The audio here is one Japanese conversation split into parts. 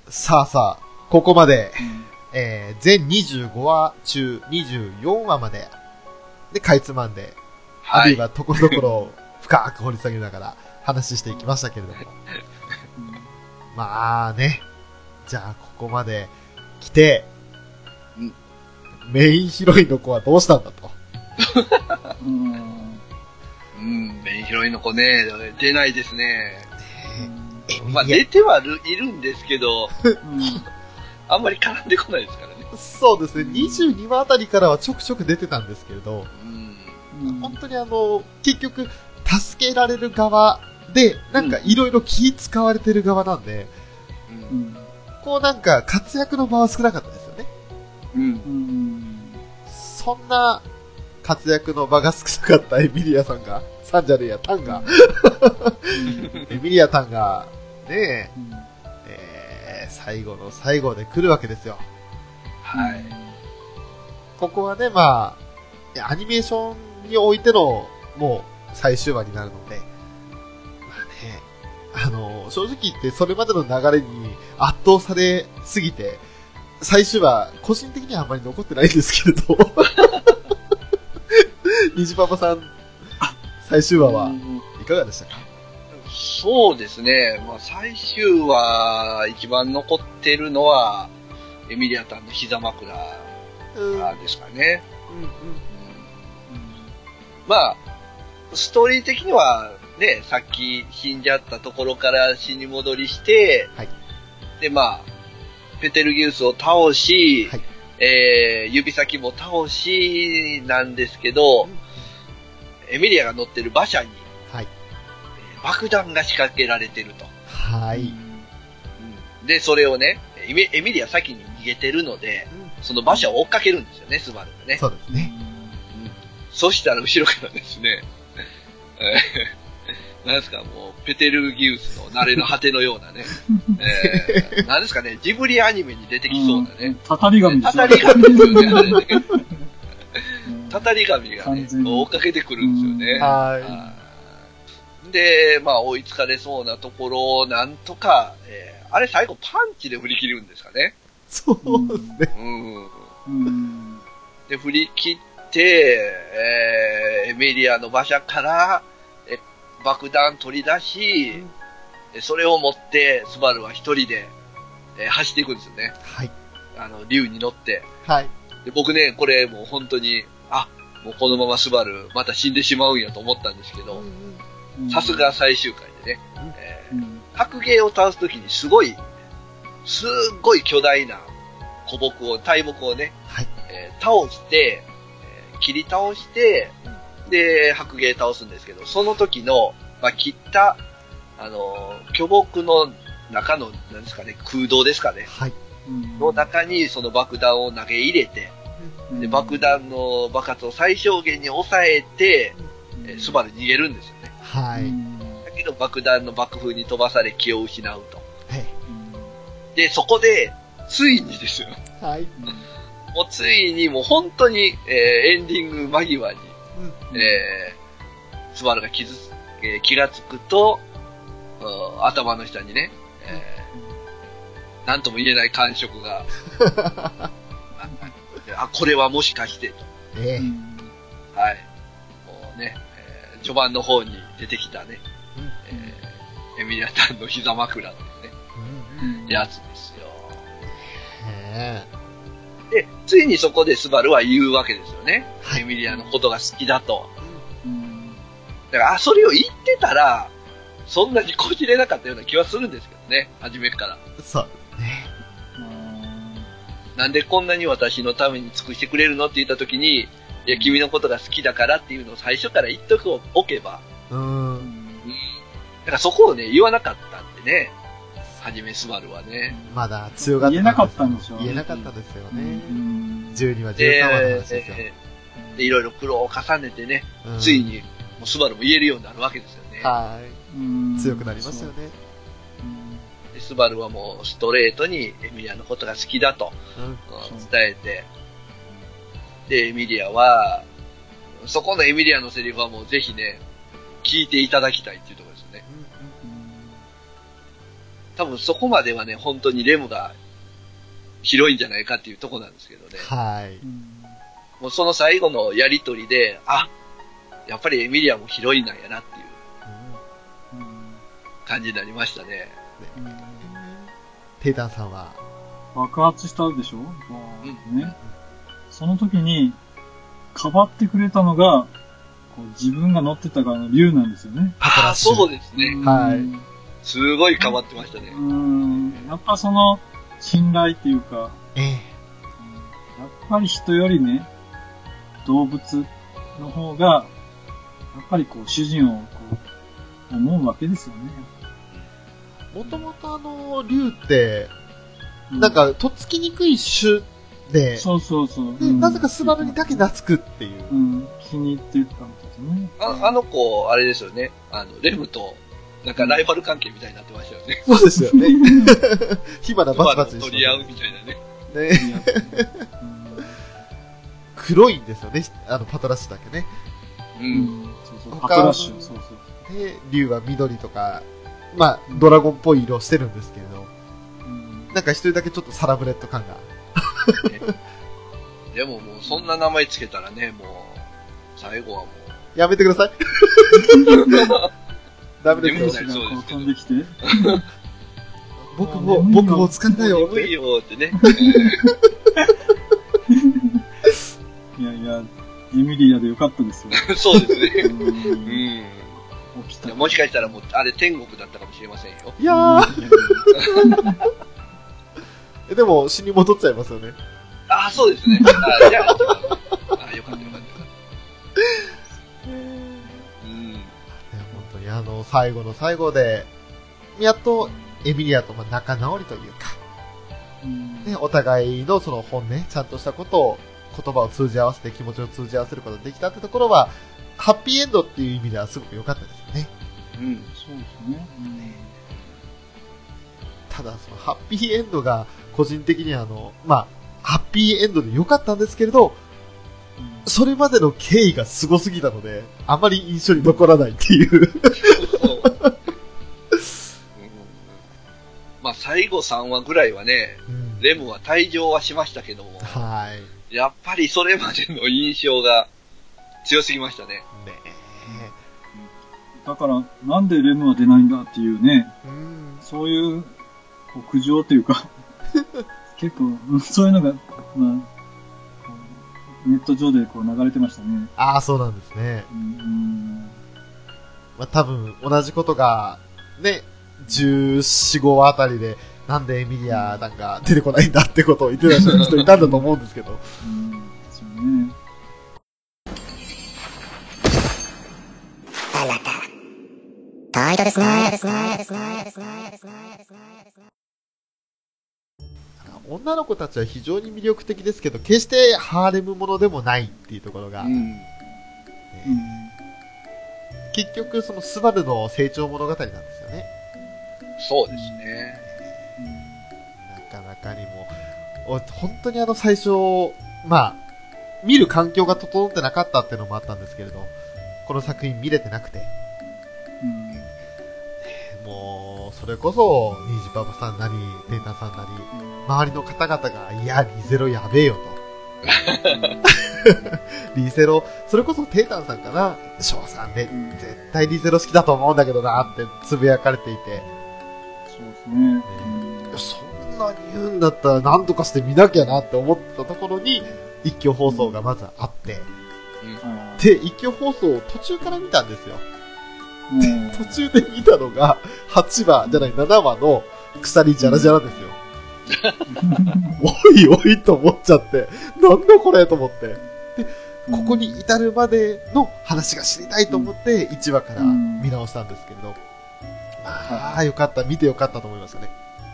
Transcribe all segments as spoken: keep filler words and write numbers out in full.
さあさあ、ここまで、うん、えー、全にじゅうごわ中にじゅうよんわまで、で、かいつまんで、はい、あるいはところどころ深く掘り下げながら話していきましたけれども。まあね、じゃあここまで来て、うん、メインヒロインの子はどうしたんだと。 うん、うん、メインヒロインの子ね、出ないですね。まあ出てはいるんですけど、うん、あんまり絡んでこないですからね。 そうですね、にじゅうにわあたりからはちょくちょく出てたんですけれど、うん、本当にあの、結局、助けられる側で、なんかいろいろ気使われてる側なんで、うん、こうなんか活躍の場は少なかったですよね。うん、そんな活躍の場が少なかったエミリアさんが、さんじゃねえや、タンが、エミリアタンが、ねえ、うん、えー、最後の最後で来るわけですよ。はい。ここはね、まあ、アニメーションにおいての、もう、最終話になるので、まあね、あの、正直言ってそれまでの流れに圧倒されすぎて、最終話、個人的にはあんまり残ってないんですけれど、虹パパさん、最終話はいかがでしたか？ そうですね。まあ、最終話、一番残ってるのは、エミリアタンの膝枕ですかね。うんうんうん、まあ、ストーリー的には、ね、さっき死んじゃったところから死に戻りして、はい、で、まあ、ペテルギウスを倒し、はい、えー、指先も倒し、なんですけど、うん、エミリアが乗ってる馬車に、はい、爆弾が仕掛けられてると。はい。うん、で、それをね、エミ、エミリア先に逃げてるので、うん、その馬車を追っかけるんですよね、スバルがね。 そうですね。 うん、そしたら後ろからですね、なんですか、もう、ペテルギウスの慣れの果てのようなね、えー、なんですかね、ジブリアニメに出てきそうなね。 たたり神ですよね。たたり神ですよね、あれね。たたり神がね、追っかけてくるんですよね。はい。で、まあ、追いつかれそうなところを、なんとか、えー、あれ最後パンチで振り切るんですかね。 そうですね。うん。 うん、で、振り切って、えー、エミリアの馬車から、え爆弾取り出し、うん、それを持って、スバルは一人で、えー、走っていくんですよね。はい。あの、竜に乗って。はい。で僕ね、これもう本当に、あ、もうこのままスバルまた死んでしまうんやと思ったんですけど、さすが最終回でね、うんえーうん、白芸を倒すときにすごい、すっごい巨大な古木を、大木をね、はいえー、倒して、えー、切り倒して、で、白芸倒すんですけど、その時の、まあ、切った、あのー、巨木の中の、なんですかね、空洞ですかね。はい。の中にその爆弾を投げ入れて、で爆弾の爆発を最小限に抑えて、えー、スバル逃げるんですよね。はい。だけど爆弾の爆風に飛ばされ気を失うと。はい。で、そこで、ついにですよ。はい。もうついにもう本当に、えー、エンディング間際に、うん、えー、スバルが気づ、えー、気がつくと、頭の下にね、えー、なんとも言えない感触が、あ、これはもしかしてと。えー、はい。もうね、えー、序盤の方に出てきたね、うんえー、エミリアタンの膝枕っていうね、うん、やつですよ。へー。で、ついにそこでスバルは言うわけですよね。はい、エミリアのことが好きだと。うん、だから、あ、それを言ってたら、そんなにこじれなかったような気はするんですけどね、初めから。そうですね。なんでこんなに私のために尽くしてくれるのって言った時に、いや、君のことが好きだからっていうのを最初から言っとくおけば。うん。うん。だからそこをね、言わなかったんでね。はじめスバルはね。 まだ強がって言えなかったんでしょうね。 言えなかったですよね。うん、じゅうにわ、じゅうさんわの話ですよ。 で、でいろいろ苦労を重ねてね、うん、ついに、もうスバルも言えるようになるわけですよね。はい。 強くなりますよね。 スバルはもうストレートにエミリアのことが好きだと、うん、伝えて、で、エミリアは、そこのエミリアのセリフはもうぜひね、聞いていただきたいっていうところですよね。 多分そこまではね、本当にレムが広いんじゃないかっていうとこなんですけどね。 はい。 もうその最後のやりとりで、あ、やっぱりエミリアもヒロインなんやなっていう感じになりましたね。 うんねテータンさんは爆発したでしょ、うん、ね。その時に、かばってくれたのが、こう自分が乗ってた側の竜なんですよね。 ああ、そうですね。 はい。 すごいかばってましたね。 うん。やっぱその、信頼っていうか、 ええ、 やっぱり人よりね、動物の方が、やっぱりこう、主人をこう、思うわけですよね。 もともとあの、竜って、なんか、とっつきにくい種で、 そうそうそう。 で、うん、なぜかスバルにだけ懐くっていう。 うん、気に入ってたんですね。 あ, あの子、あれですよね。あの、レムと、なんかライバル関係みたいになってましたよね。 そうですよね。火花バチバチ取り合うみたいなね。 ね黒いんですよね、あの、パトラッシュだけね。 うん。そうそう、パトラッシュ、そうそう。 で、竜は緑とか、まあ、ドラゴンっぽい色をしてるんですけれど、うん、なんか一人だけちょっとサラブレッド感が。 でももう、そんな名前つけたらね、もう、最後はもう。 やめてください。ダメですよ。 そうです飛んできて。 僕も、僕も使ったよ。 眠いよってね。 いやいや、エミリアでよかったですよ。 そうですね。うん。 起きた。 もしかしたらもう、あれ天国だったかもしれませんよ。 いやー。でも、死に戻っちゃいますよね。 ああ、そうですね。ああ、じゃあ、ああ、よかったよかったよかった。 あの、最後の最後で、やっとエミリアとまあ仲直りというか、うんね、お互いのその本音、ちゃんとしたことを、言葉を通じ合わせて気持ちを通じ合わせることができたってところは、ハッピーエンドっていう意味ではすごく良かったですよね。 うん、そうですね。うん、 ただ、そのハッピーエンドが、個人的にはあの、まあ、ハッピーエンドで良かったんですけれど、それまでの経緯がすごすぎたので、あまり印象に残らないっていう。 まあ最後さんわぐらいはね、うん、レムは退場はしましたけども、 はい、 やっぱりそれまでの印象が強すぎましたね。ねえ。だから、なんでレムは出ないんだっていうね、うん、そういう苦情というか、結構、そういうのが、まあ、ネット上でこう流れてましたね。 ああ、そうなんですね。うん。まあ多分、同じことが、ね、じゅうよん、ごあたりで、なんでエミリアなんか出てこないんだってことを言ってた人いたんだと思うんですけど。うん、ですよね。あなた、タイトですね。女の子たちは非常に魅力的ですけど、決してハーレムものでもないっていうところが、うんねうん、結局そのスバルの成長物語なんですよね。 そうですね、 うん、なかなかにも本当にあの最初まあ見る環境が整ってなかったっていうのもあったんですけれど、この作品見れてなくて、うんね、もうそれこそニージパパさんなりテータさんなり、うん周りの方々が、いや、リゼロやべえよと。リゼロ、それこそテータンさんかな、翔さんね、うん、絶対リゼロ好きだと思うんだけどなってつぶやかれていて。 そうですね。ねうん、そんなに言うんだったら何とかして見なきゃなって思ったところに、一挙放送がまずあって、うん、で、一挙放送を途中から見たんですよ。うん、途中で見たのが、はちわじゃない、ななわの鎖ジャラジャラですよ。おいおいと思っちゃって、なんだこれと思って。で、ここに至るまでの話が知りたいと思って、いちわから見直したんですけれど、まあ、よかった、見てよかったと思いましたね。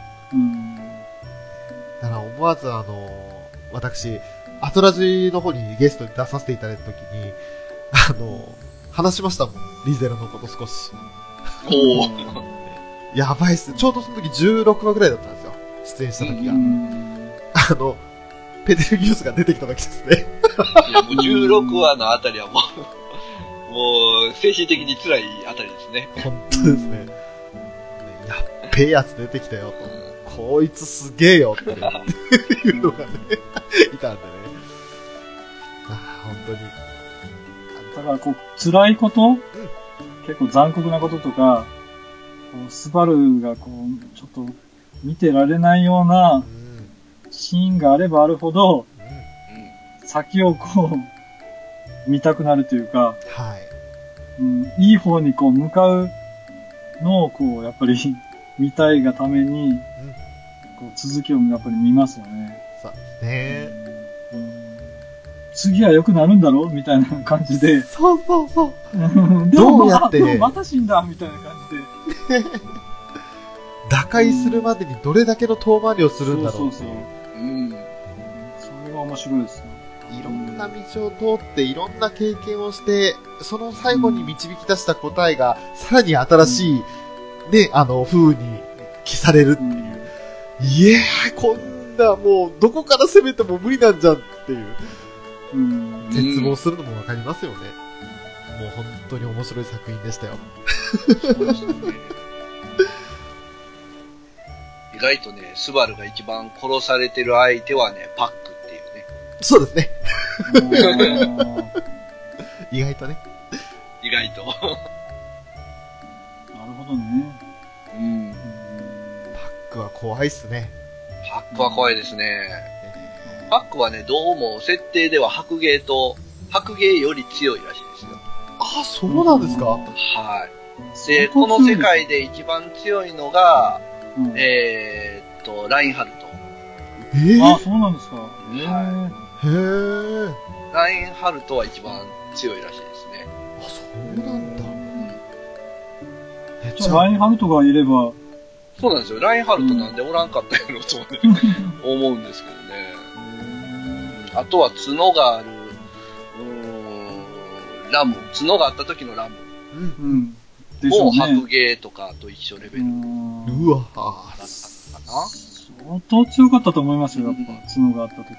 だから思わずあの、私、アトラジの方にゲストに出させていただいたときに、あの、話しましたもん、リゼロのこと少し。 おお。 やばいっす。ちょうどその時じゅうろくわぐらいだったんですよ。出演した時が。あの、ペテルギウスが出てきた時ですね。 いや、もうじゅうろくわのあたりはもう、もう、精神的に辛いあたりですね。 本当ですね。やっべえやつ出てきたよと。こいつすげえよっていうのがね、いたんでね。ああ、本当に。 だからこう、辛いこと、うん、結構残酷なこととか、こうスバルがこう、ちょっと見てられないようなシーンがあればあるほど、うん、先をこう、見たくなるというか、 はい。 うん、いい方にこう向かうのをこう、やっぱり見たいがために、うん、こう続きをやっぱり見ますよね。 そうですね。 うん、次は良くなるんだろうみたいな感じで。 そうそうそう。 どうやって。でもまた死んだみたいな感じで。 打開するまでにどれだけの遠回りをするんだろうっていう。そうそうそう。 うん。それが面白いですね。 いろんな道を通っていろんな経験をして、その最後に導き出した答えが、さらに新しい、うん、ね、あの、風に消されるっていう。うん、いやー、こんなもう、どこから攻めても無理なんじゃんっていう。うん、絶望するのもわかりますよね。もう本当に面白い作品でしたよ。そうですね。 意外とね、スバルが一番殺されてる相手はね、パックっていうね。 そうですね。意外とね。 意外と。なるほどね。 うん。 パックは怖いっすね。 パックは怖いですね。パックはね、どうも設定では白芸と、白芸より強いらしいですよ。 あ、そうなんですか？ はい。で、この世界で一番強いのが、うん、えーっと、ラインハルト。 えー、 あ、そうなんですか。 へー。へー。 ラインハルトは一番強いらしいですね。 あ、そうなんだ。うん、 えじゃあ、ラインハルトがいれば。 そうなんですよ。ラインハルトなんでおらんかったやろと、ね、思うんですけどね。あとは角がある、うーん、ラム。角があった時のラム。うん。うん。もう白芸とかと一緒レベル。 うわぁ。だったかな。 相当強かったと思いますよ、やっぱ、角があった時は。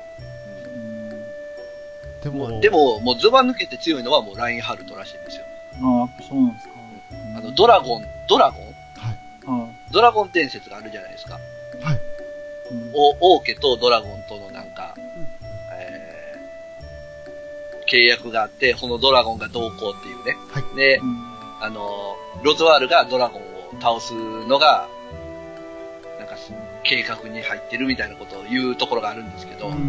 でも、でも、もうズバ抜けて強いのはもうラインハルトらしいんですよ。 ああ、やっぱそうなんですか。 あの、ドラゴン、ドラゴンはい。 ドラゴン伝説があるじゃないですか。 はい。 お、王家とドラゴンとのなんか、えー、契約があって、このドラゴンがどうこうっていうね。 はい。 で、うん、あの、ロズワールがドラゴンを倒すのが、なんか、計画に入ってるみたいなことを言うところがあるんですけど、うん、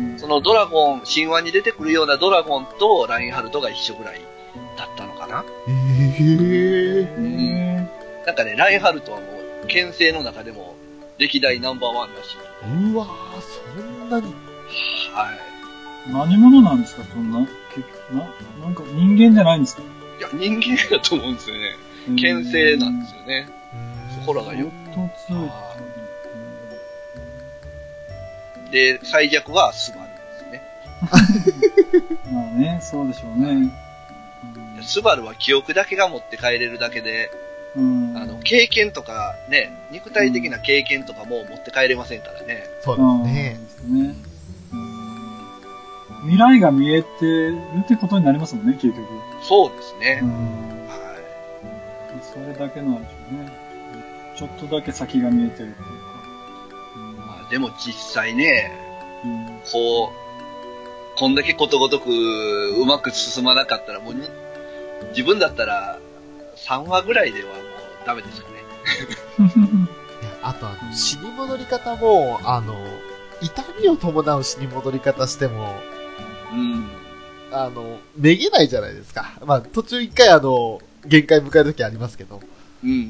そのドラゴン、神話に出てくるようなドラゴンとラインハルトが一緒ぐらいだったのかな。 へー。 うん。なんかね、ラインハルトはもう、剣聖の中でも、歴代ナンバーワンらしい。 うわぁ、そんなに。 はい。 何者なんですか、そんな。結局な、なんか人間じゃないんですか？ いや、人間だと思うんですよね。剣聖なんですよね。そこらがよ。 強い。 で、最弱はスバルですね。まあね、そうでしょうね。 スバルは記憶だけが持って帰れるだけで、うん、あの、経験とかね、肉体的な経験とかも持って帰れませんからね。 そうですね。 ね、うん。未来が見えてるってことになりますもんね、結局。 そうですね。 うん、はい。それだけなんでしょうね。ちょっとだけ先が見えてるっていうか。 うん、まあ、でも実際ね、うん、こう、こんだけことごとくうまく進まなかったら、もうに、自分だったらさんわぐらいではもうダメですかね。 あとあの、死に戻り方も、あの、痛みを伴う死に戻り方しても、 うん。 あの、めげないじゃないですか。まあ、途中一回あの、限界迎えるときありますけど。 うんうんうん。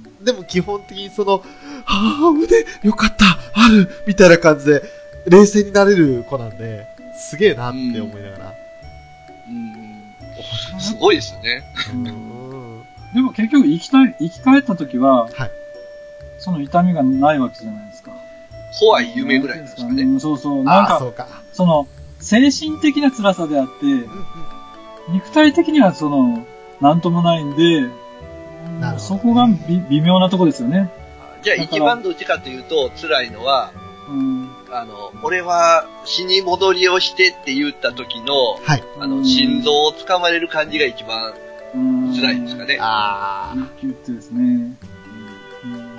でも基本的にその、はぁ、腕、よかった、ある、みたいな感じで、冷静になれる子なんで、すげえなって思いながら。 うん。うんすごいですよね。 でも結局生きたい、生き返った時は、 はい、 その痛みがないわけじゃないですか。 怖い夢ぐらいですかね。 うん、そうそう。なんか、 そうかその、精神的な辛さであって、うんうん、肉体的にはその、なんともないんで、ね、そこが微妙なとこですよね。 じゃあ一番どっちかというと辛いのは、うん、あの、俺は死に戻りをしてって言った時の、 はい、 あの、心臓を掴まれる感じが一番辛いですかね。 ああ。 キュッてですね。うん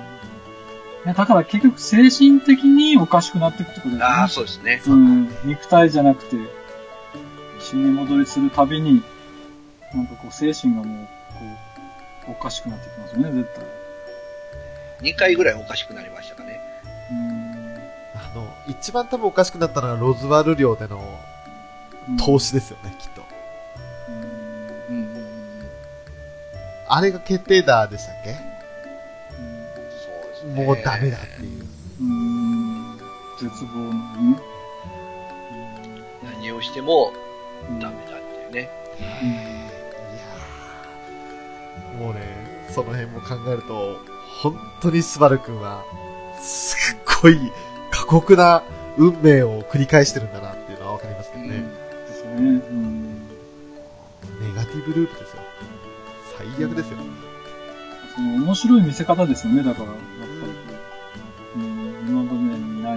いやだから結局精神的におかしくなっていくってことですね。 ああ、そうですね。 うん。肉体じゃなくて、死に戻りするたびに、なんかこう精神がもう、こう、おかしくなってきますよね、絶対。 にかいぐらいおかしくなりましたかね。 うん。 あの、一番多分おかしくなったのはロズワル領での投資ですよね、きっと。 うん。うん。 あれが決定打でしたっけ？ そうですね。 もうダメだっていう。 うん。絶望のね。 何をしてもダメだっていうね。 うん。 いやもうね、その辺も考えると、本当にスバル君は、すっごい過酷な運命を繰り返してるんだなっていうのはわかりますけどね。 うん、ですね。うん。 ネガティブループですよ。最悪ですよ。 その面白い見せ方ですよね、だから、やっぱり。うん、今までにない。うん、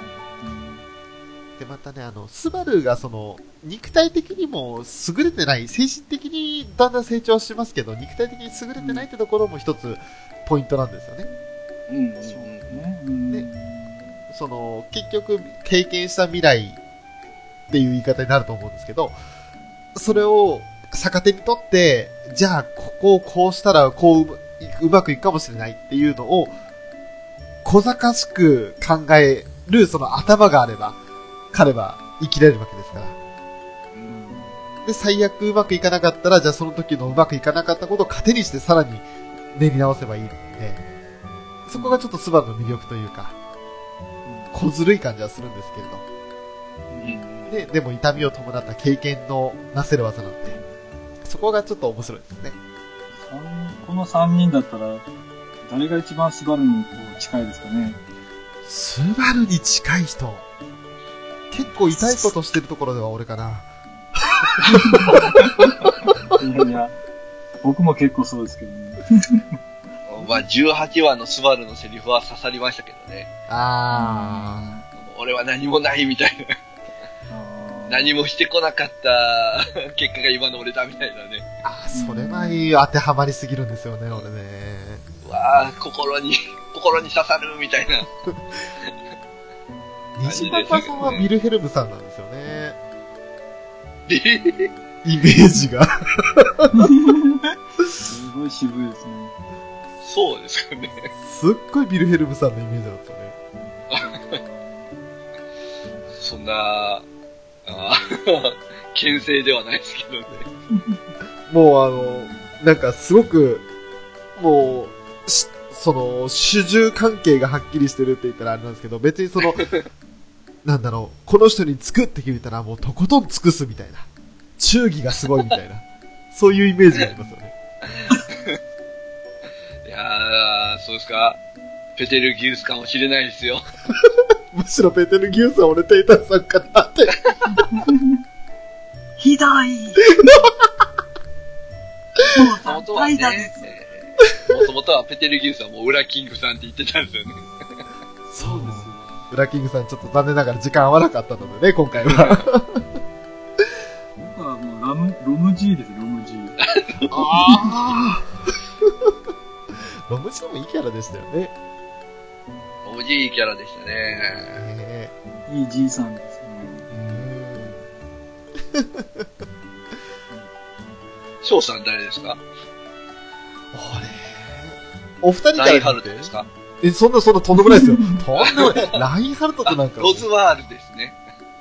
で、またね、あの、スバルがその、肉体的にも優れてない、精神的にだんだん成長しますけど、肉体的に優れてないってところも一つポイントなんですよね。 うん、 そうね。うん、 で、その、結局、経験した未来っていう言い方になると思うんですけど、それを逆手にとって、じゃあ、ここをこうしたら、こうう、うまくいくかもしれないっていうのを、小賢しく考える、その頭があれば、彼は生きられるわけですから。で、最悪うまくいかなかったら、じゃあその時のうまくいかなかったことを糧にしてさらに練り直せばいいんで、そこがちょっとスバルの魅力というか、小ずるい感じはするんですけれど。 うん、 で、でも痛みを伴った経験のなせる技なので、そこがちょっと面白いですね。 このさんにんだったら、誰が一番スバルにこう近いですかね。 スバルに近い人。結構痛いことしてるところでは俺かな。 いやいや、僕も結構そうですけどね。 まあ、じゅうはちわのスバルのセリフは刺さりましたけどね。 あー。俺は何もないみたいな。何もしてこなかった結果が今の俺だみたいなね。 あー、それは当てはまりすぎるんですよね、俺ね。 うわあ、心に、心に刺さるみたいな。 西畑さんはビルヘルムさんなんですよね。 でイメージが。 すごい渋いですね。 そうですよね。 すっごいビルヘルムさんのイメージだったね。 そんな、あ牽制ではないですけどね。 もうあの、なんかすごく、もう、その、主従関係がはっきりしてるって言ったらあれなんですけど、別にその、なんだろう、この人につくって決めたらもうとことん尽くすみたいな。忠義がすごいみたいな。そういうイメージがありますよね。 いやー、そうですか。ペテルギウスかもしれないですよ。 むしろペテルギウスは俺テイタンさんかなって。 ひどい。 もともとはね、もともとはペテルギウスはもうウラキングさんって言ってたんですよね。 そうですよ。ウラキングさんちょっと残念ながら時間合わなかったのでね、今回は。 僕はもうラム、ロム G ですよ、ロム G。 ああ。ロム G もいいキャラでしたよね。 ロム G いいキャラでしたね。 えー、いいじいさんですね。 翔さん誰ですか？ あれお二人からラインハルトですか？ え、そんな、そんなとんでもないですよ。とんでもない。ラインハルトとなんか。 ロズワールですね。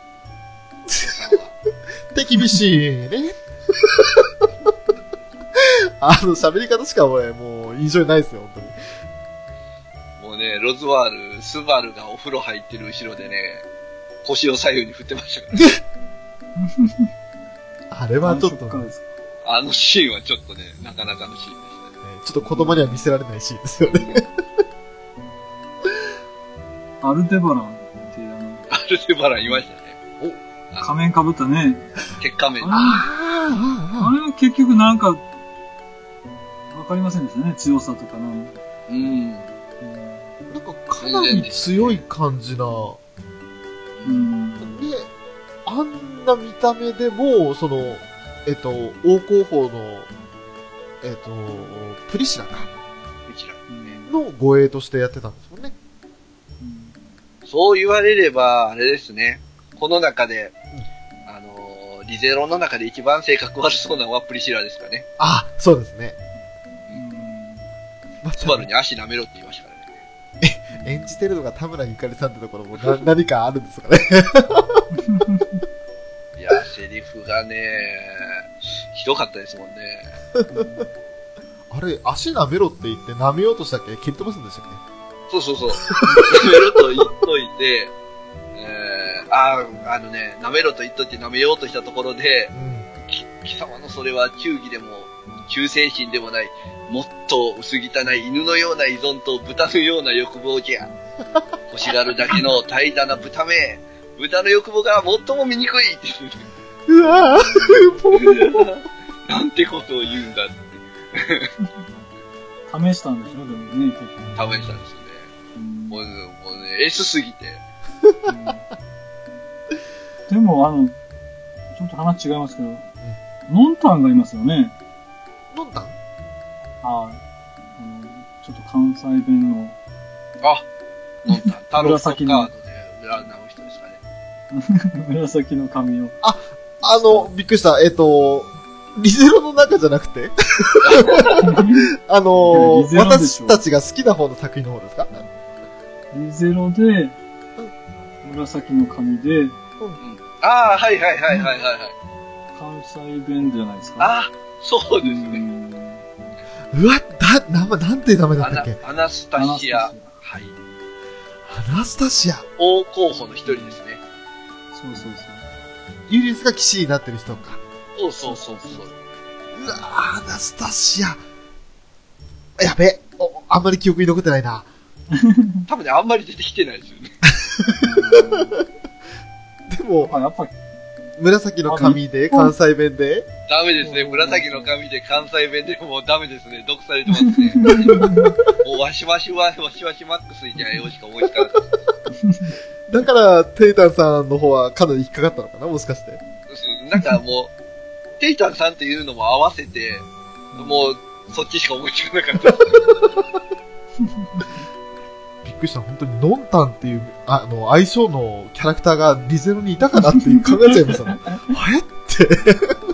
手厳しいね。あの、喋り方しか俺、もう、印象にないですよ、本当に。もうね、ロズワール、スバルがお風呂入ってる後ろでね、腰を左右に振ってましたからね。 あれはちょっと、ね、 あのシーンはちょっとね、なかなかのシーンでしたね。 ちょっと子供には見せられないシーンですよね。 アルデバランっていうあの、 アルデバランいましたね。 お仮面被ったね。 鉄仮面。 あれあれは結局なんか、わかりませんでしたね、強さとかなんか。 うん。 なんかかなり強い感じな。 うん。 で、あんな見た目でも、その、えっと、王候補の、えっと、プリシラか。 プリシラ。 の護衛としてやってたんですもんね。 うん、そう言われれば、あれですね。この中で、うん、あのー、リゼロの中で一番性格悪そうなのはプリシラですかね。 あ、そうですね。 うん。スバルに足舐めろって言いましたからね。 え、演じてるのが田村ゆかりさんってところもな何かあるんですかね。 いや、セリフがね、ひどかったですもんね。 あれ、足舐めろって言って舐めようとしたっけ？蹴っ飛ばすんでしたっけ？そうそうそう。舐めろと言っといて、えー、ああ、あのね、舐めろと言っといて舐めようとしたところで、うん、貴様のそれは忠義でも、忠誠心でもない、もっと薄汚い犬のような依存と豚のような欲望じゃ。欲しがるだけの怠惰な豚め、豚の欲望が最も醜い。 うわぁなんてことを言うんだって。 試したんでしょでもね、結構。試したんですよね。もう、もうね、S すぎて。 でも、あの、ちょっと話違いますけど、うん、ノンタンがいますよね。 ノンタン？ はい、あ。ちょっと関西弁の。 あ、ノンタン。タロットカードで占う人ですかね。 紫の髪を。 あ、あの、びっくりした。えっと、リゼロの中じゃなくてあのー、私たちが好きな方の作品の方ですか？ リゼロで、紫の髪で、うん、 ああ、はいはいはいはいはい。 関西弁じゃないですか。 ああ、そうですね。 うわ、だ、な、なんていう名前だったっけ？ アナスタシア。はい。 アナスタシア。 大候補の一人ですね。 そうそうそう。 ユリウスが騎士になってる人か。 そうそうそうそう。 うわぁ、アナスタシア。やべ、お、あんまり記憶に残ってないな。 多分ね、あんまり出てきてないですよね。 でも、 あ、やっぱ紫の髪で、関西弁で。 ダメですね。紫の髪で、関西弁でもうダメですね。毒されてますね。もう、わしわしわ、わしわしマックスじゃよしか思いつかなかった。 だから、テイタンさんの方はかなり引っかかったのかな、もしかして。 なんかもう、テイタンさんっていうのも合わせて、もう、そっちしか思いつかなかった。 びっくりした。本当にノンタンっていう、あの、相性のキャラクターがリゼロにいたかなっていう考えちゃいましたね。あれって。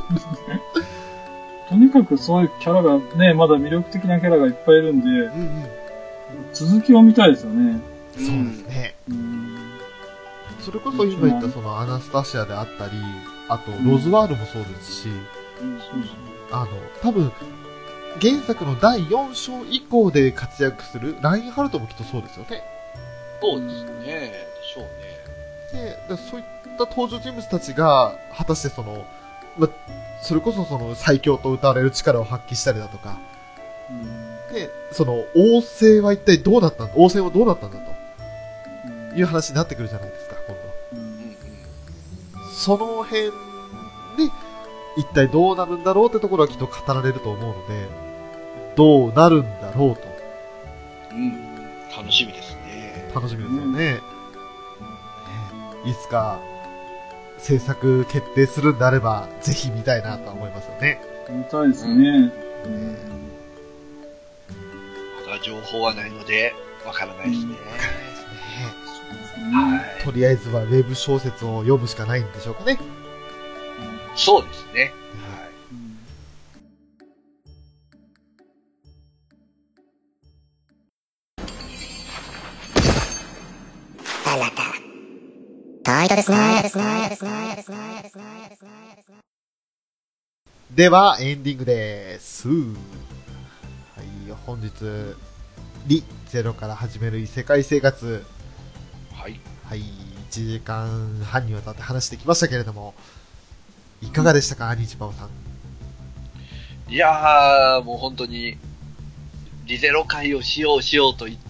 とにかくそういうキャラがね、まだ魅力的なキャラがいっぱいいるんで、うんうん、続きを見たいですよね。 そうですね。うんそれこそ今言ったそのアナスタシアであったり、あとロズワールもそうですし、 うんそうそうあの、多分、原作のだいよん章以降で活躍するラインハルトもきっとそうですよね。 そうですね。でしょうね。で、そういった登場人物たちが、果たしてその、ま、それこそその最強と歌われる力を発揮したりだとか、うん、で、その王政は一体どうなったんだ、王政はどうなったんだという話になってくるじゃないですか、今度。うんうん、その辺で、一体どうなるんだろうってところはきっと語られると思うので、どうなるんだろうと。 うん。楽しみですね。 楽しみですよね。うん、いつか制作決定するんであれば、ぜひ見たいなと思いますよね。 見たいですね。うん、 まだ情報はないので、わからないですね。わ、うん、からないですね。はい。とりあえずはウェブ小説を読むしかないんでしょうかね。 そうですね。はい。 あなた、タイトですね。 では、エンディングです。はい、本日、リゼロから始める異世界生活。 はい。 はい、いちじかんはんにわたって話してきましたけれども、いかがでしたか、ニチパオさん。 いやー、もう本当に、リゼロ会をしようしようと言って、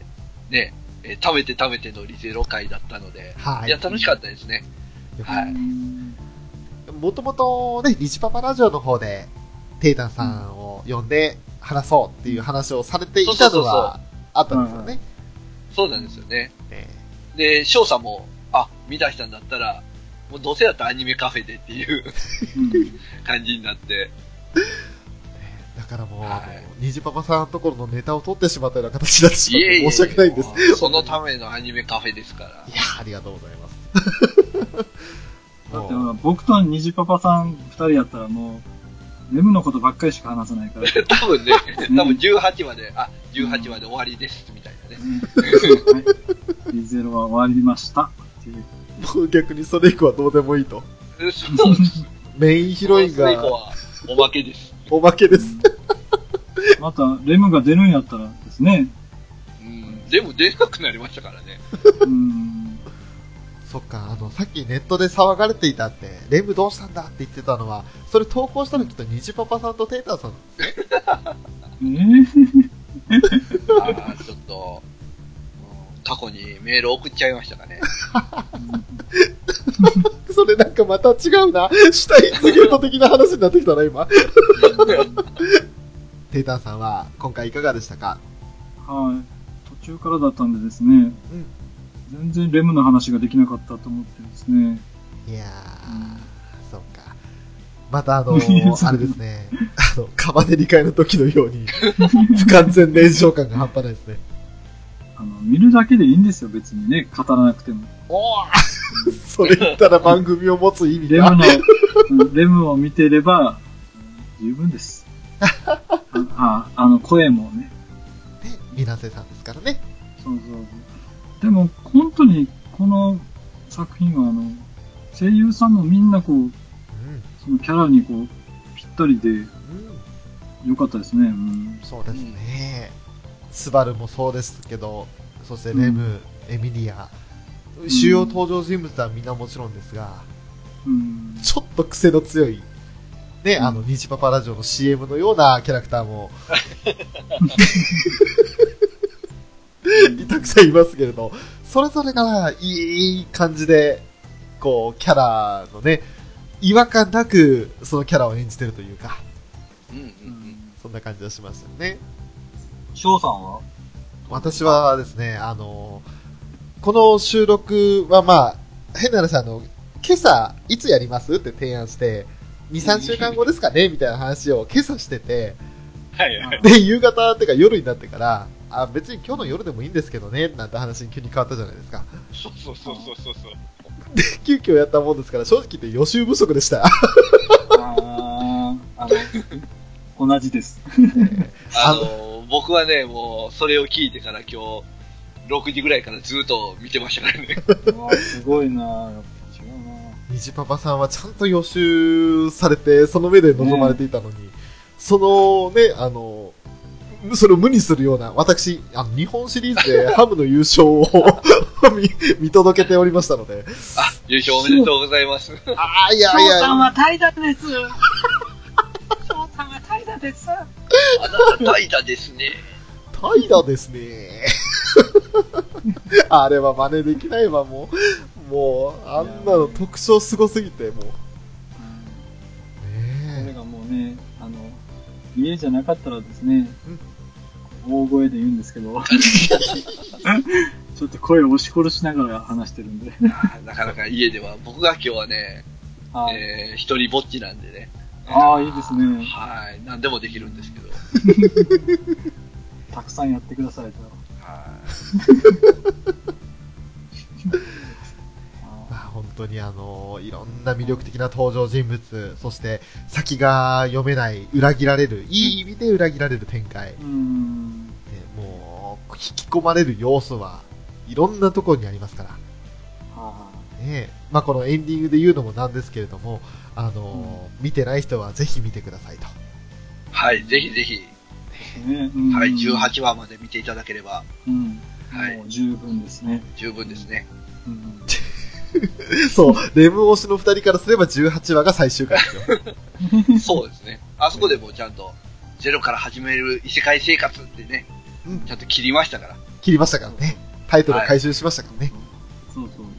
ね、えー、食べて食べてのリゼロ会だったので、はい。いや、楽しかったですね。はい。 もともとね、ニチパパラジオの方で、テイタンさんを呼んで話そうっていう話をされていたのはあったんですよね。 そうなんですよね。えー、で、翔さんも、あ、見出したんだったら、もうどうせだったらアニメカフェでっていう感じになって。 だからもう、 はいあの、虹パパさんのところのネタを取ってしまったような形になってしまって申し訳ないんです。 そのためのアニメカフェですから。 いや、ありがとうございます。 だってほら、僕と虹パパさん二人やったらもう、レムのことばっかりしか話さないから。 多分ね、多分じゅうはちまで、あ、じゅうはちまで終わりです、みたいなね。 はい。リゼロは終わりました。っていう。 もう逆にそれ以降はどうでもいいと。 そうです。 メインヒロインそれ以降がはおまけです。 おまけです。 また、レムが出るんやったらですね。 うん。でも出なくなりましたからね。 うーん。 そっか、あの、さっきネットで騒がれていたって、レムどうしたんだって言ってたのは、それ投稿したのきっと虹パパさんとテーターさんなんですね。 えー、 ああ、ちょっと、うん過去にメール送っちゃいましたかね。 それなんかまた違うな。シュタインズゲート的な話になってきたな、今。テーターさんは今回いかがでしたか？ はい。途中からだったんでですね。全然レムの話ができなかったと思ってですね。 いやー、 うんそうか。またあのー、あれですね。あの、カバネリ会の時のように、不完全燃焼感が半端ないですね。 あの、見るだけでいいんですよ、別にね。語らなくても。 おーそれ言ったら番組を持つ意味レが。 ムの、うんレムを見てれば、十分です。あ、ああの、声もね。 ね、みなせさんですからね。 そうそうそう。でも、本当に、この作品は、あの、声優さんもみんなこう、 うん。 そのキャラにこう、ぴったりで、 うん。 良かったですね。うん。 そうですね。スバルもそうですけど、そしてレム、エミリア、主要登場人物はみんなもちろんですが、 うん。 ちょっと癖の強い、ね、 うんあの、ニジパパラジオの シーエム のようなキャラクターも、たくさんいますけれど、それぞれがいい感じで、こう、キャラのね、違和感なく、そのキャラを演じてるというか、 うんうんうん。 そんな感じがしましたよね。 翔さんは私はですね、あの、この収録はまあ、変な話、あの、今朝、いつやりますって提案して、に、さんしゅうかんごですかねみたいな話を今朝してて、 はいはい。 で、夕方ってか夜になってから、あ、別に今日の夜でもいいんですけどね、なんて話に急に変わったじゃないですか。 そうそうそうそうそうそう。 で、急遽やったもんですから、正直言って予習不足でした。 あー、あの、同じです。 あの、僕はね、もう、それを聞いてから今日、ろくじぐらいからずっと見てましたからね。 うわすごいなぁ。やっぱ違うなぁ。 虹パパさんはちゃんと予習されて、その目で臨まれていたのに、そのね、あの、それを無にするような、私、あの、日本シリーズでハムの優勝を見見届けておりましたので。 あ、優勝おめでとうございます。 ああ、いやいや。 翔さんは怠惰です。翔さんは怠惰です。 あなた怠惰ですね。 怠惰ですね。あれは真似できないわ、もう。もう、あんなの特徴すごすぎて、もう。 これねがもうね、あの、家じゃなかったらですね、大声で言うんですけど、ちょっと声を押し殺しながら話してるんで。 なかなか家では、僕が今日はね、 はいえー、一人ぼっちなんでね。 ああ、いいですね。 はい。何でもできるんですけど。 たくさんやってくださいと。 まあ、本当にあの、いろんな魅力的な登場人物、そして先が読めない、裏切られる、いい意味で裏切られる展開。 うーん。 ねもう、引き込まれる要素はいろんなところにありますから。 はねまあ、このエンディングで言うのもなんですけれども、あの、見てない人はぜひ見てくださいと。 はい。ぜひぜひ、 い。ね、うんはい。じゅうはちわまで見ていただければ、 うん。 はいもう十分ですね。 十分ですね。 うん。 そう、レム推しの二人からすればじゅうはちわが最終回ですよ。 そうですね。あそこでもうちゃんと、ゼロから始める異世界生活ってね、 うんちゃんと切りましたから。 切りましたからね。タイトル回収しましたからね。 そうそう。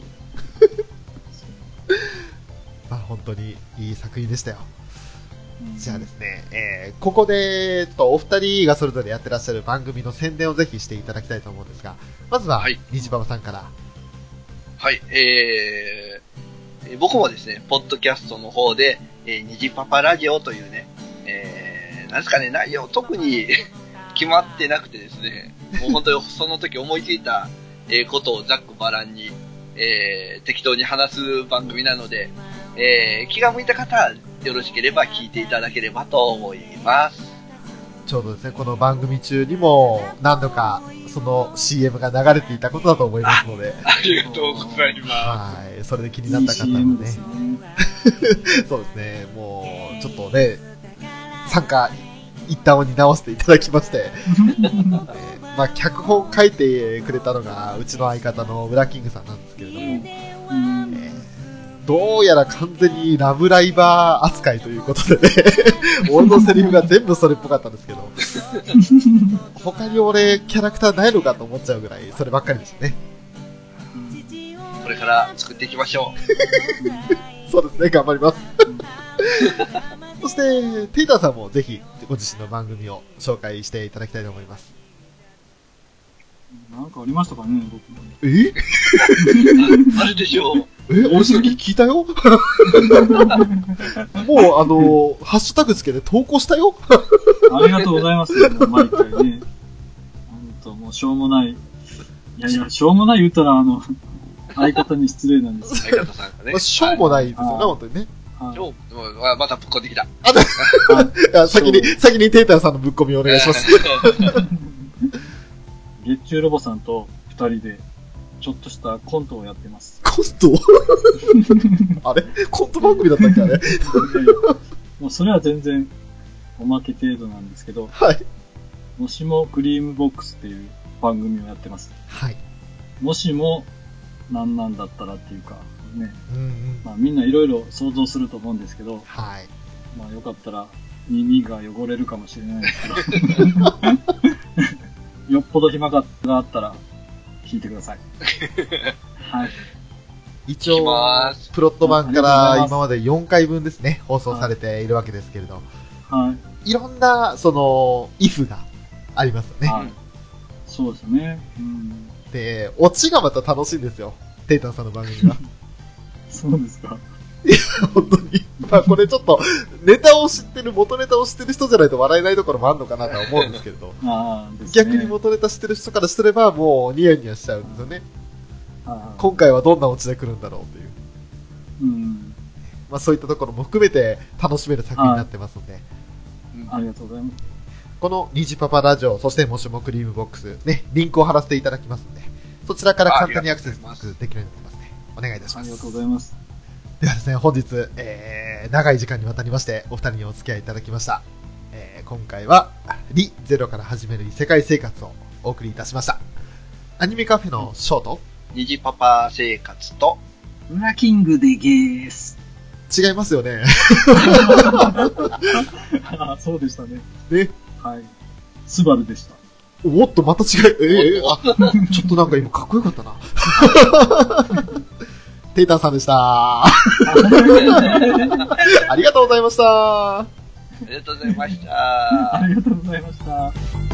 まあ、本当にいい作品でしたよ。 うんじゃあですね、えー、ここで、ちょっとお二人がそれぞれやってらっしゃる番組の宣伝をぜひしていただきたいと思うんですが、まずははい、 虹パパさんから。 はい。えー、僕もですね、ポッドキャストの方で、えー、虹パパラジオというね、えなんですかね、内容特に決まってなくてですね、もう本当にその時思いついたえことをざっくばらんに、えー、適当に話す番組なので、えー、気が向いた方はよろしければ聞いていただければと思います。 ちょうどですね、この番組中にも何度かその シーエム が流れていたことだと思いますので。 あ, ありがとうございます。 はい。それで気になった方もね。いい シーエム ですね。そうですね。もう、ちょっとね、参加、一旦を担わせていただきまして。えー、まあ、脚本書いてくれたのが、うちの相方のウラキングさんなんですけれども、うんえーどうやら完全にラブライバー扱いということでね俺のセリフが全部それっぽかったんですけど他に俺キャラクターないのかと思っちゃうぐらいそればっかりですね。 これから作っていきましょうそうですね、頑張りますそしてテイターさんもぜひご自身の番組を紹介していただきたいと思います。 なんかありましたかね、僕。 えあるでしょう。 え、俺さっき聞いたよもう、あのー、ハッシュタグつけて投稿したよありがとうございます。もう毎回ね。ほんと、もうしょうもない。いやいや、しょうもない言ったら、あの、相方に失礼なんです。 相方さんがね。 まあ、しょうもないですよね、本当にね。 はい、またぶっこんできた。 あ先に、先にテーターさんのぶっこみお願いします。 月中ロボさんと二人で、ちょっとしたコントをやってます。 コントあれコント番組だったっけあれいやいやもうそれは全然おまけ程度なんですけど、 はい。 もしもクリームボックスっていう番組をやってます。 はい。 もしもなんなんだったらっていうか、ね。 うんうん。 まあみんないろいろ想像すると思うんですけど、 はい。 まあよかったら耳が汚れるかもしれないですけど、よっぽど暇があったら聞いてください。はい。 一応、プロット版から今までよんかいぶんですね、放送されているわけですけれど、 はい。 いろんな、その、イフがありますよね。 はい。そうですね。うん。 で、オチがまた楽しいんですよ。テイタンさんの番組が。 そうですか。 いや、本当に。まあこれちょっと、ネタを知ってる、元ネタを知ってる人じゃないと笑えないところもあるのかなとは思うんですけれど。 あですね、 逆に元ネタ知ってる人からすれば、もうニヤニヤしちゃうんですよね。 あ今回はどんなオチで来るんだろうっていう。 うん。 まあそういったところも含めて楽しめる作品になってますので。 ありがとうございます。 このニジパパラジオ、そしてもしもクリームボックス、ね、リンクを貼らせていただきますので、そちらから簡単にアクセスできるようになってますね。お願いいたします。 ありがとうございます。 ではですね、本日、えー、長い時間にわたりまして、お二人にお付き合いいただきました。えー、今回は、リゼロから始める異世界生活をお送りいたしました。アニメカフェのショート、 虹パパ生活と、 ウラキングでゲース。 違いますよね。 あ、そうでしたね。 ね。 はい。スバルでした。 おっと、また違い、えー、あ、ちょっとなんか今かっこよかったな。テイタンさんでした。ありがとうございました。 ありがとうございました。 ありがとうございました。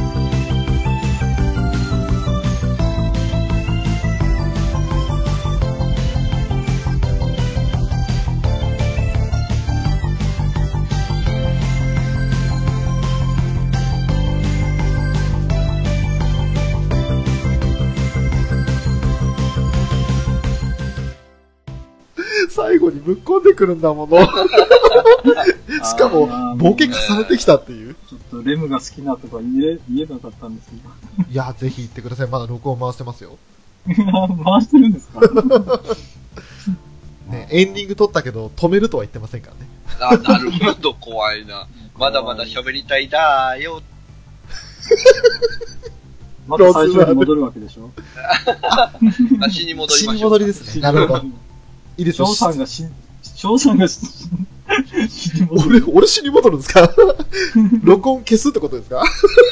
最後にぶっこんでくるんだもの。しかも、ボケ重ねてきたっていう。 ちょっとレムが好きなとか言え、言えなかったんですけど。 いや、ぜひ言ってください。まだ録音回してますよ。 回してるんですかね、エンディング撮ったけど、止めるとは言ってませんからね。 あ、なるほど、怖いな。まだまだ喋りたいだーよ。 また最初に戻るわけでしょあ、死に戻りましょう。 死に戻りですね。なるほど。いいですよ。 翔さんが死、翔さんが死に戻る。俺、俺死に戻るんですか録音消すってことですか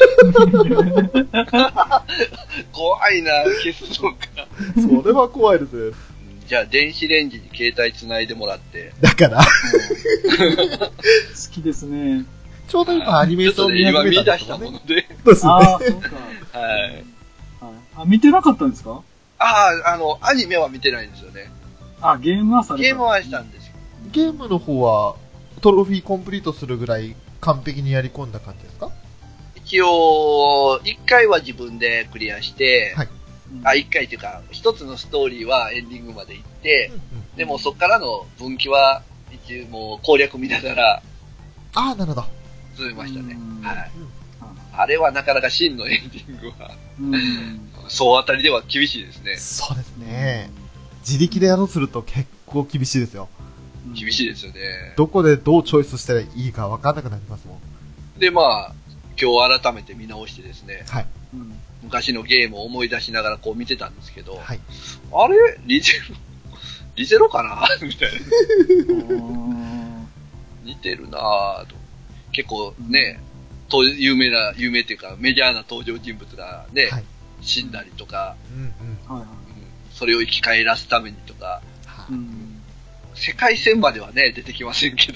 怖いな、消すのか。 それは怖いですね。 じゃあ、電子レンジに携帯つないでもらって。 だから。好きですね。 ちょうど今アニメーション見今見出したもので。 そうですね。 ああ、そうか。 はい。 あ、見てなかったんですか？ ああ、あの、アニメは見てないんですよね。 あ、ゲームはされた。 ゲームはしたんですよ。 ゲームの方は、トロフィーコンプリートするぐらい完璧にやり込んだ感じですか？ 一応、一回は自分でクリアして、はい、あ、一回というか、一つのストーリーはエンディングまで行って、うんうん、でもそっからの分岐は、一応もう攻略見ながら、 ああ、なるほど。 進めましたね。はい。あれはなかなか真のエンディングは、総当たりでは厳しいですね。 そうですね。自力でやろうとすると結構厳しいですよ。 厳しいですよね。 どこでどうチョイスしたらいいか分かんなくなりますもん。 で、まあ、今日改めて見直してですね、 はい、 昔のゲームを思い出しながらこう見てたんですけど、 はい、 あれリゼロリゼロかなみたいな。似てるなぁと。結構ね、と有名な、有名っていうかメジャーな登場人物がね、はい、死んだりとか、うんうん、それを生き返らすためにとか、うん、世界線まではね、出てきませんけど、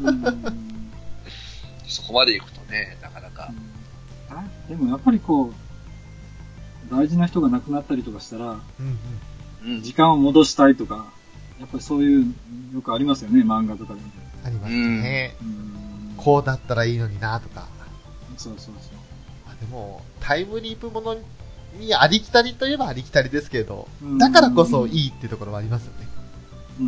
そこまで行くとね、なかなか。 うん、あでもやっぱりこう、大事な人が亡くなったりとかしたら、うんうん、時間を戻したいとか、やっぱりそういう、よくありますよね、漫画とかでも。 ありますね、うん。こうだったらいいのになとか。 そうそうそう。 でも、タイムリープものにありきたりといえばありきたりですけど、だからこそいいっていうところはありますよね。 うん。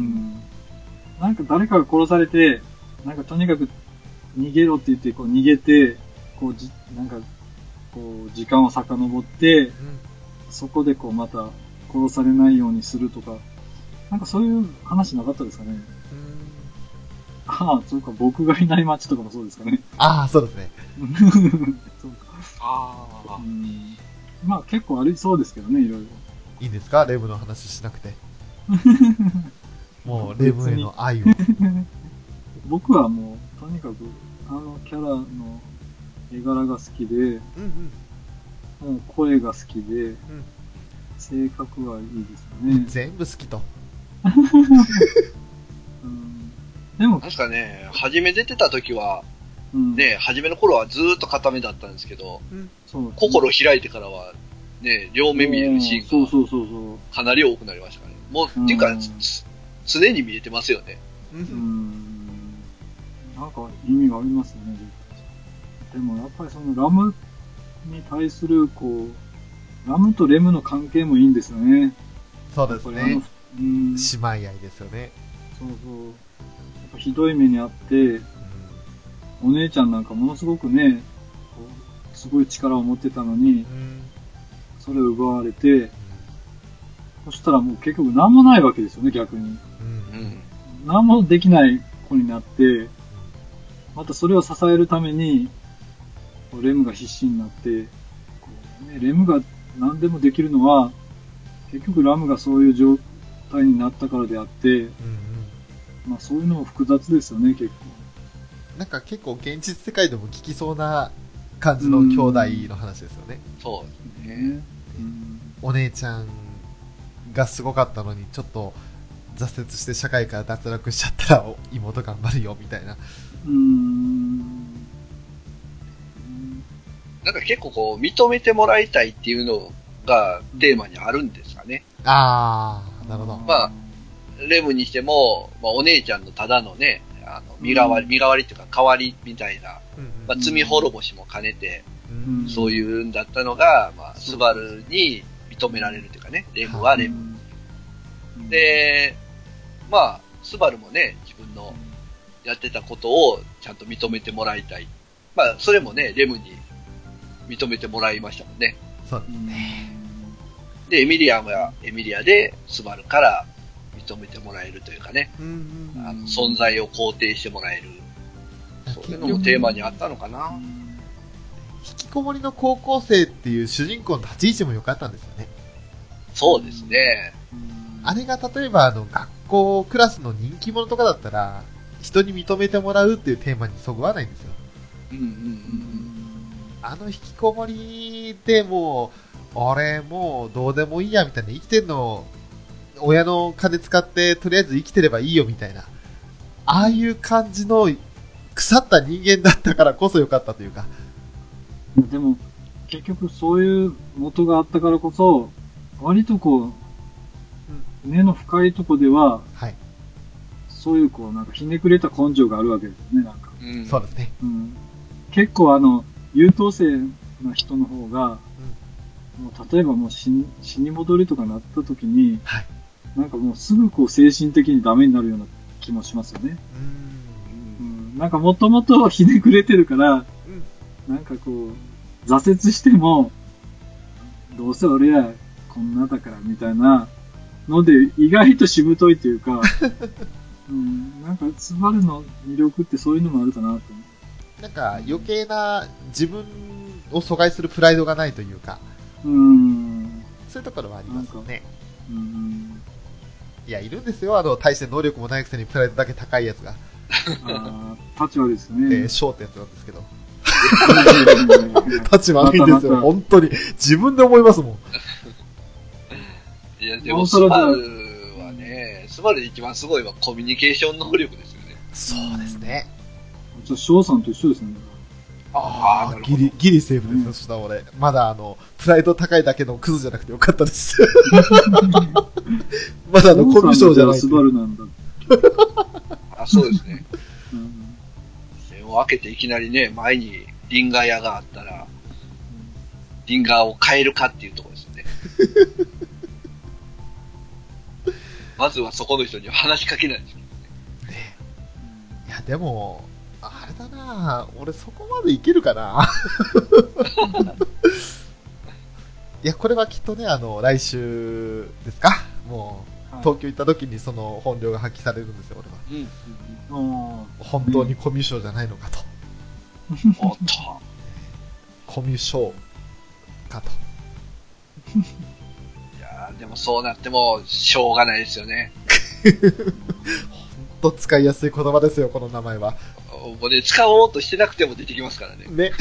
なんか誰かが殺されて、なんかとにかく逃げろって言って、こう逃げて、こうじ、なんか、こう、時間を遡って、うん、そこでこうまた殺されないようにするとか、なんかそういう話なかったですかね。うん、ああ、そうか、僕がいない街とかもそうですかね。 ああ、そうですね。 そうか。ああ、うん。まあ結構ありそうですけどね、いろいろ。 いいんですか？レムの話しなくて。もう、レムへの愛を。 僕はもう、とにかく、あのキャラの絵柄が好きで、うんうん、もう声が好きで、うん、性格はいいですよね。 全部好きと。 うん、でも、確かね、初め出てた時は、うん、ね、初めの頃はずーっと固めだったんですけど、うん、心開いてからは、ね、両目見えるシーンがかなり多くなりましたね。もう、うん、っていうか、常に見えてますよね。うん、 なんか意味がありますよね。でもやっぱりそのラムに対する、こう、ラムとレムの関係もいいんですよね。 そうですね。うん、姉妹愛ですよね。 そうそう。やっぱひどい目にあって、うん、お姉ちゃんなんかものすごくね、すごい力を持ってたのに、うん、それを奪われて、うん、そしたらもう結局何もないわけですよね、逆に。うんうん、何もできない子になって、またそれを支えるために、レムが必死になって、こうね、レムが何でもできるのは、結局ラムがそういう状態になったからであって、うんうん、まあそういうのも複雑ですよね、結構。 なんか結構現実世界でも聞きそうな感じの兄弟の話ですよね。 うん、そうですね、 うん。お姉ちゃんがすごかったのに、ちょっと挫折して社会から脱落しちゃったら妹頑張るよみたいな。うーん、 なんか結構こう認めてもらいたいっていうのがテーマにあるんですかね。 ああ、なるほど。 まあレムにしても、まあ、お姉ちゃんのただのね、あの身代わり、身代わりっていうか代わりみたいな、まあ、罪滅ぼしも兼ねて、うん、そういうんだったのが、まあ、スバルに認められるというかね、レムはレム。で、まあ、スバルもね、自分のやってたことをちゃんと認めてもらいたい。まあ、それもね、レムに認めてもらいましたもんね。 そうですね。 で、エミリアはエミリアで、スバルから認めてもらえるというかね、うんうんうん、あの存在を肯定してもらえる。そういうのもテーマにあったのかな。 引きこもりの高校生っていう主人公の立ち位置も良かったんですよね。 そうですね。 あれが例えばあの学校クラスの人気者とかだったら、人に認めてもらうっていうテーマにそぐわないんですよ。うんうんうん、あの引きこもりでもう、俺もうどうでもいいやみたいな、生きてんの親の金使ってとりあえず生きてればいいよみたいな、ああいう感じの腐った人間だったからこそ良かったというか。 でも結局そういう元があったからこそ、割とこう根の深いとこでは、はい、そういうこうなんかひねくれた根性があるわけですね。なんかうん。 そうですね。 うん。結構あの、優等生な人の方が、もう例えばもう死に死に戻りとかなった時に、 はい、 なんかもうすぐこう精神的にダメになるような気もしますよね。うん、うん、なんかもともとひねくれてるから、うん、なんかこう、挫折しても、どうせ俺らこんなだからみたいなので、意外としぶといというか、うん、なんかスバルの魅力ってそういうのもあるかなと思う。 なんか余計な自分を阻害するプライドがないというか、 うん、 そういうところはありますよね。 うん、 いや、いるんですよ。あの、大して能力もないくせにプライドだけ高いやつが。 ああ、立場ですね。 えー、ショーってやつなんですけど。立場悪いんですよ。本当に。自分で思いますもん。いや、でも、スバルはね、スバルで一番すごいのはコミュニケーション能力ですよね。 そうですね。 じゃあ、翔さんと一緒ですね。 ああ、ギリ、ギリセーフです、うん、そしたら俺。まだあの、プライド高いだけのクズじゃなくてよかったです。まだあの、コミュ障じゃない。 スバルなんだ。 あ、そうですね。うん、線を開けていきなりね、前にリンガー屋があったら、リンガーを変えるかっていうところですよね。まずはそこの人には話しかけないんですよね。 ね。いや、でも、あれだなぁ、俺そこまでいけるかな。いや、これはきっとね、あの、来週ですか、もう、はい、東京行った時にその本領が発揮されるんですよ、俺は。うん、本当にコミュ障じゃないのかと。 おっと。 コミュ障かと。 いやー、でもそうなっても、しょうがないですよね。 本当使いやすい言葉ですよ、この名前は。 もうね、使おうとしてなくても出てきますからね。 ね。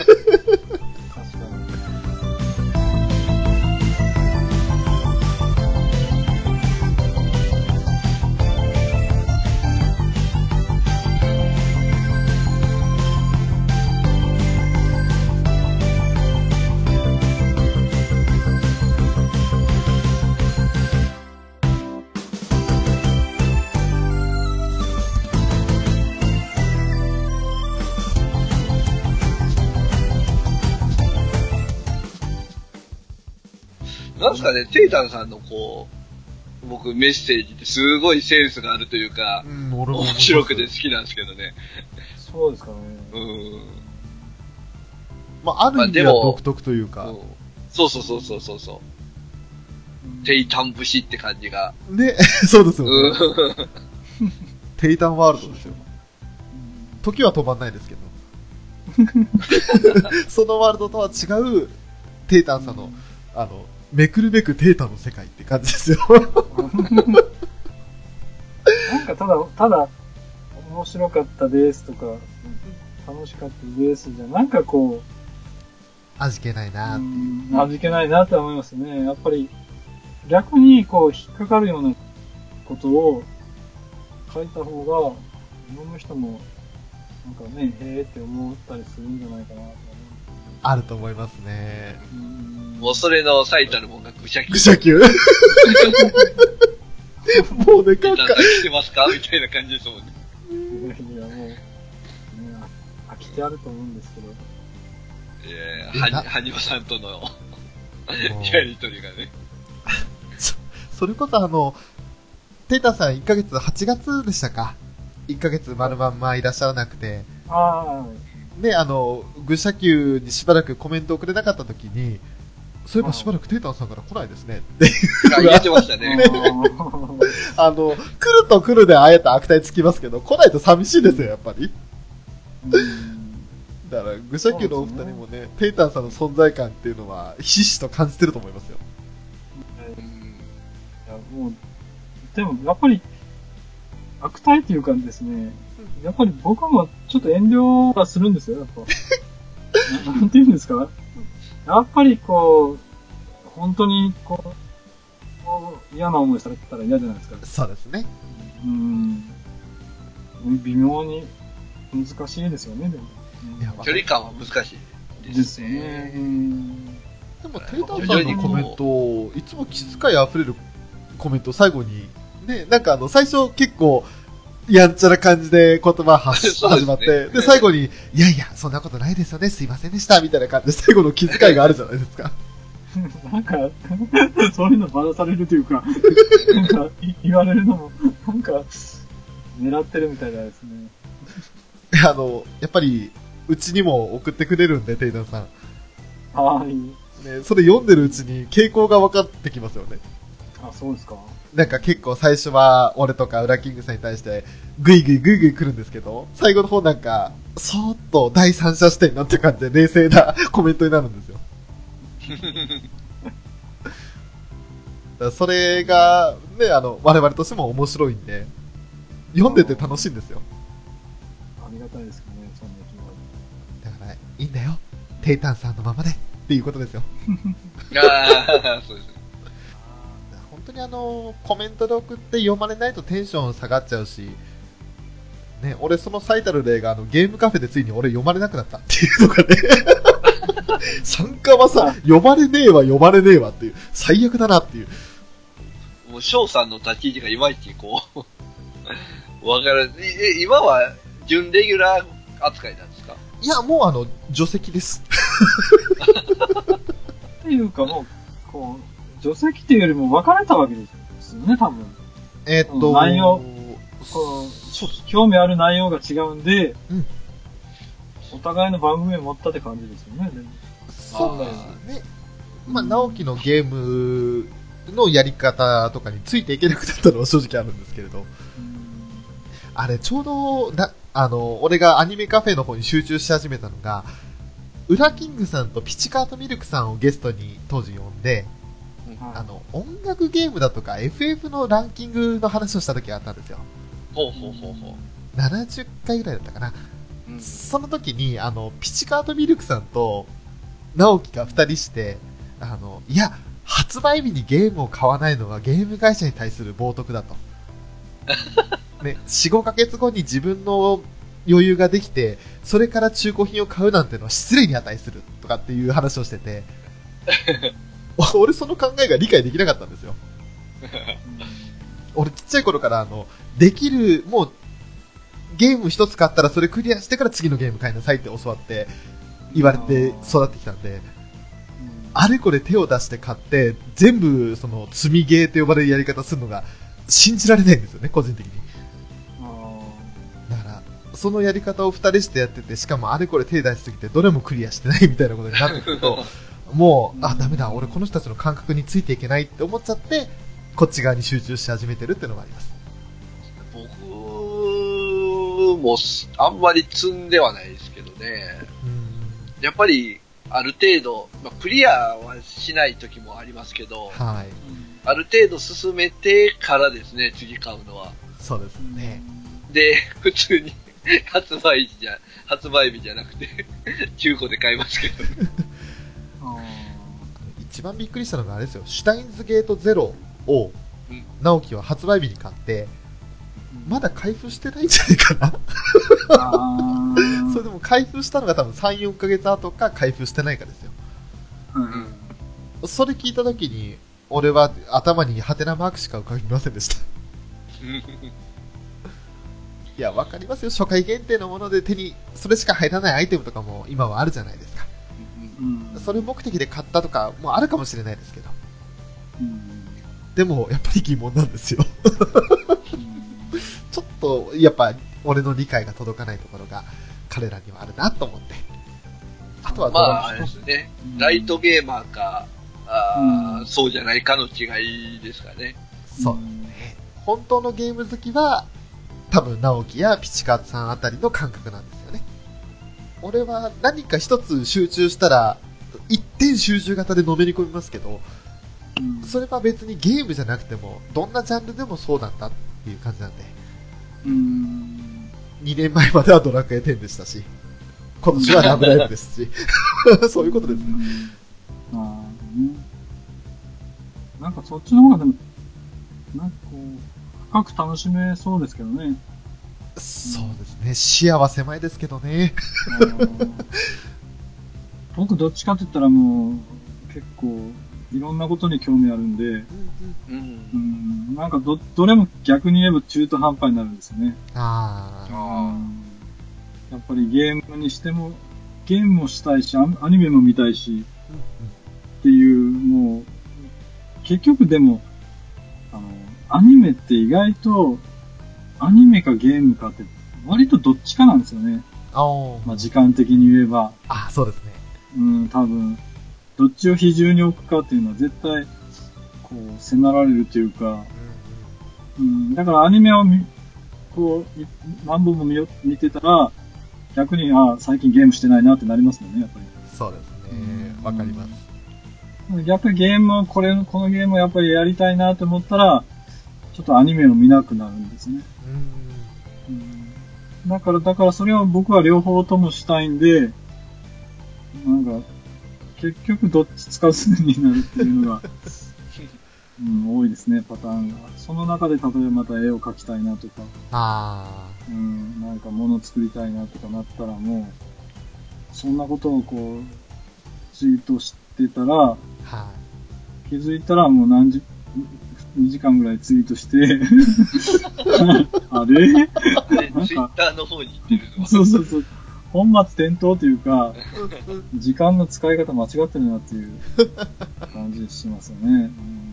なんですかね、テイタンさんのこう、僕メッセージってすごいセンスがあるというか、うん、面白くて好きなんですけどね。 そうですかね。 うん。 まあ、ある意味は独特というか。まあ、 そうそうそうそうそうそう。うん、テイタン節って感じが。 ね、そうですよね。テイタンワールドですよ。時は止まんないですけど。そのワールドとは違う、テイタンさんの、あの、めくるめくテータの世界って感じですよ。 なんかただ、ただ、面白かったですとか、楽しかったですじゃ、なんかこう、味気ないなーって。 味気ないなって思いますね。やっぱり、逆にこう、引っかかるようなことを書いた方が、読む人も、なんかね、へーって思ったりするんじゃないかなと思う。 あると思いますね。 もうそれの最たるもんがぐしゃきゅう。 ぐしゃきゅう。もうね、かんか。 来てますかみたいな感じですもんね。 いや、もう、ね、飽きてあると思うんですけど。 いやはに、はにわさんとのやりとりがね。 そ、それこそあの、テータさんいっかげつ、はちがつでしたか ?いっ ヶ月丸まんまいらっしゃらなくて。 ああ。 ね、あの、愚者級にしばらくコメントをくれなかったときに、そういえばしばらくテータンさんから来ないですねっていう言ってましたね。 あの、来ると来るであえて悪態つきますけど、来ないと寂しいですよ、やっぱり。だから、愚者級のお二人もね、テータンさんの存在感っていうのは、ひしひしと感じてると思いますよ。 うん、いや、もう、でも、やっぱり、悪態っていうかですね、やっぱり僕もちょっと遠慮はするんですよ、やっぱ。な, なんて言うんですかやっぱりこう、本当にこう、こう嫌な思いされてたら嫌じゃないですか。 そうですね。 うん。微妙に難しいですよね、でも。 距離感は難しいですね。ですね。 でも、テータンさんのコメント、いつも気遣いあふれるコメントを最後に、ね、なんかあの、最初結構、 やんちゃな感じで言葉はしそうですね始まって、で、最後に、いやいや、そんなことないですよね、すいませんでした、みたいな感じで最後の気遣いがあるじゃないですか。 なんか、そういうのばらされるというか、なんか言われるのも、なんか、狙ってるみたいなんですね。 あの、やっぱり、うちにも送ってくれるんで、テイタンさん。 はい。 ね、それ読んでるうちに傾向が分かってきますよね。 あ、そうですか。 なんか結構最初は俺とかウラキングさんに対してグイグイグイグイ来るんですけど、最後の方なんか、そーっと第三者視点になった感じで冷静なコメントになるんですよ。だからそれが、ね、あの、我々としても面白いんで、読んでて楽しいんですよ。 ありがたいですけどね、そんな気が。 だから、いいんだよ。テイタンさんのままでっていうことですよ。 ああ、そうですね。 本当にあの、コメントで送って読まれないとテンション下がっちゃうし、ね、俺その最たる例があのゲームカフェでついに俺読まれなくなったっていうのがね、参加はさ、読まれねえわ読まれねえわっていう、最悪だなっていう。 もう翔さんの立ち位置がいまいちこう、わからず、え、今は準レギュラー扱いなんですか？ いや、もうあの、除籍です。 っていうかもう、こう、除籍っていうよりも別れたわけですよね、多分。 えーっと、 内容こう興味ある内容が違うんで、 うん、 お互いの番組を持ったって感じですよね。 そうですね。まあ、直樹のゲームのやり方とかについていけなくなったのは正直あるんですけれど、あれちょうどな、あの、俺がアニメカフェの方に集中し始めたのが、ウラキングさんとピチカートミルクさんをゲストに当時呼んで、はい、あの、音楽ゲームだとか エフエフ のランキングの話をした時があったんですよ。 ほうほうほうほう。 ななじゅっかいぐらいだったかな。うん、その時に、あの、ピチカートミルクさんと直樹が二人して、あの、いや、発売日にゲームを買わないのはゲーム会社に対する冒涜だと。ね、よん、ごかげつごに自分の余裕ができて、それから中古品を買うなんてのは失礼に値するとかっていう話をしてて、俺その考えが理解できなかったんですよ。俺ちっちゃい頃からあの、できる、もう、ゲーム一つ買ったらそれクリアしてから次のゲーム買いなさいって教わって言われて育ってきたんで、あれこれ手を出して買って全部その積みゲーと呼ばれるやり方するのが信じられないんですよね、個人的に。だからそのやり方を二人してやってて、しかもあれこれ手出しすぎてどれもクリアしてないみたいなことになってくるともう、あ、ダメだ、俺この人たちの感覚についていけないって思っちゃってこっち側に集中し始めてるっていうのがあります。 僕もあんまり積んではないですけどね。うん、やっぱりある程度、まあ、クリアはしない時もありますけど、 はい、 ある程度進めてからですね、次買うのは。 そうですね。 で、普通に発売日じゃ、発売日じゃなくて中古で買いますけど。 一番びっくりしたのがあれですよ、シュタインズゲートゼロを、うん、直樹は発売日に買って、まだ開封してないんじゃないかな。あそれでも開封したのが多分さん、よんかげつ後か開封してないかですよ。うん、それ聞いたときに、俺は頭にハテナマークしか浮かびませんでした。いや、わかりますよ。初回限定のもので手にそれしか入らないアイテムとかも今はあるじゃないですか。うん、それ目的で買ったとかもあるかもしれないですけど。うん、でも、やっぱり疑問なんですよ。ちょっと、やっぱ、俺の理解が届かないところが、彼らにはあるなと思って。あとはどう、 まあ、あれですね。ライトゲーマーか、あ、うん、そうじゃないかの違いですかね。 そうですね。本当のゲーム好きは、多分、直樹やピチカートさんあたりの感覚なんですよね。俺は何か一つ集中したら、一点集中型でのめり込みますけど、うん、それは別にゲームじゃなくても、どんなジャンルでもそうなんだっていう感じなんで。うーん、にねんまえまではドラクエテンでしたし、今年はラブライブですし、そういうことですね。あね、 なんかそっちの方がでも、なんかこう、深く楽しめそうですけどね。 そうですね、視野は狭いですけどね。 僕どっちかって言ったらもう、結構、 いろんなことに興味あるんで、 うん。 うん、なんかど、どれも逆に言えば中途半端になるんですよね。 ああ。 うんやっぱりゲームにしても、ゲームもしたいし、アアニメも見たいし、っていう、もう、結局でも、あの、アニメって意外と、アニメかゲームかって、割とどっちかなんですよね。 ああ。 まあ時間的に言えば。 あ、そうですね。 うん、多分、どっちを比重に置くかっていうのは絶対、こう、迫られるというか、うん、だからアニメを見、こう、い何本も見よ見てたら、逆に、あ最近ゲームしてないなってなりますもんね、やっぱり。 そうですね。わかります。 逆にゲーム、これ、このゲームをやっぱりやりたいなと思ったら、ちょっとアニメを見なくなるんですね。 うん。 うん、だから、だからそれを僕は両方ともしたいんで、なんか、結局どっち使うすになるっていうのが、うん、多いですね、パターンが。その中で例えばまた絵を描きたいなとか、 あうん、なんか物作りたいなとかなったらもう、そんなことをこう、ツイートしてたら、 あ。はい。 気づいたらもう何時、にじかんぐらいツイートして、あれね、ツイッターの方に行ってるの。 そうそうそう。本末転倒というか、時間の使い方間違ってるなっていう感じしますよね。うん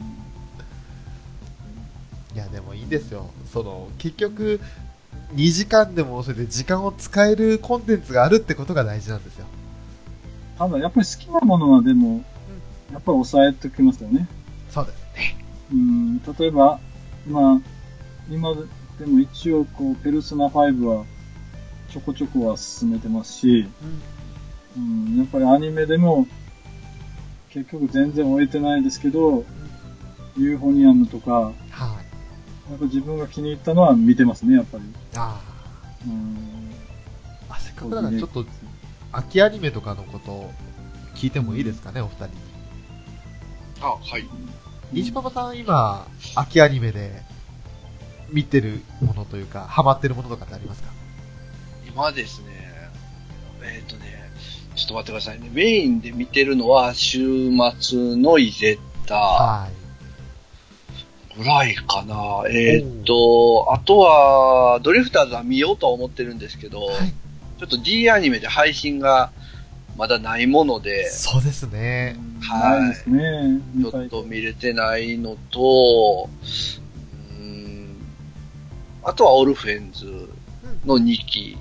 いや、でもいいんですよ。その、結局、にじかんでもそれで時間を使えるコンテンツがあるってことが大事なんですよ。 ただやっぱり好きなものはでも、やっぱり抑えておきますよね。 そうですね。 うん、例えば、まあ、今でも一応こう、ペルソナファイブはちょこちょこは進めてますし、うん、やっぱりアニメでも結局全然終えてないですけど、ユーフォニアムとか、 はい。 やっぱ自分が気に入ったのは見てますね、やっぱり。 あうんあ。あ、せっかくだからちょっと、秋アニメとかのことを聞いてもいいですかね、お二人に。 あ、はい。 西パパさん、今、秋アニメで見てるものというか、ハマってるものとかってありますか？ 今ですね、えっ、ー、とね、ちょっと待ってくださいね。メインで見てるのは、週末のイゼッタはい。 ぐらいかな。えっ、ー、と、あとは、ドリフターズは見ようとは思ってるんですけど、 はい、 ちょっと D アニメで配信がまだないもので、 そうですね。 はい。 ないですね。 ちょっと見れてないのと、うーん、あとはオルフェンズのにき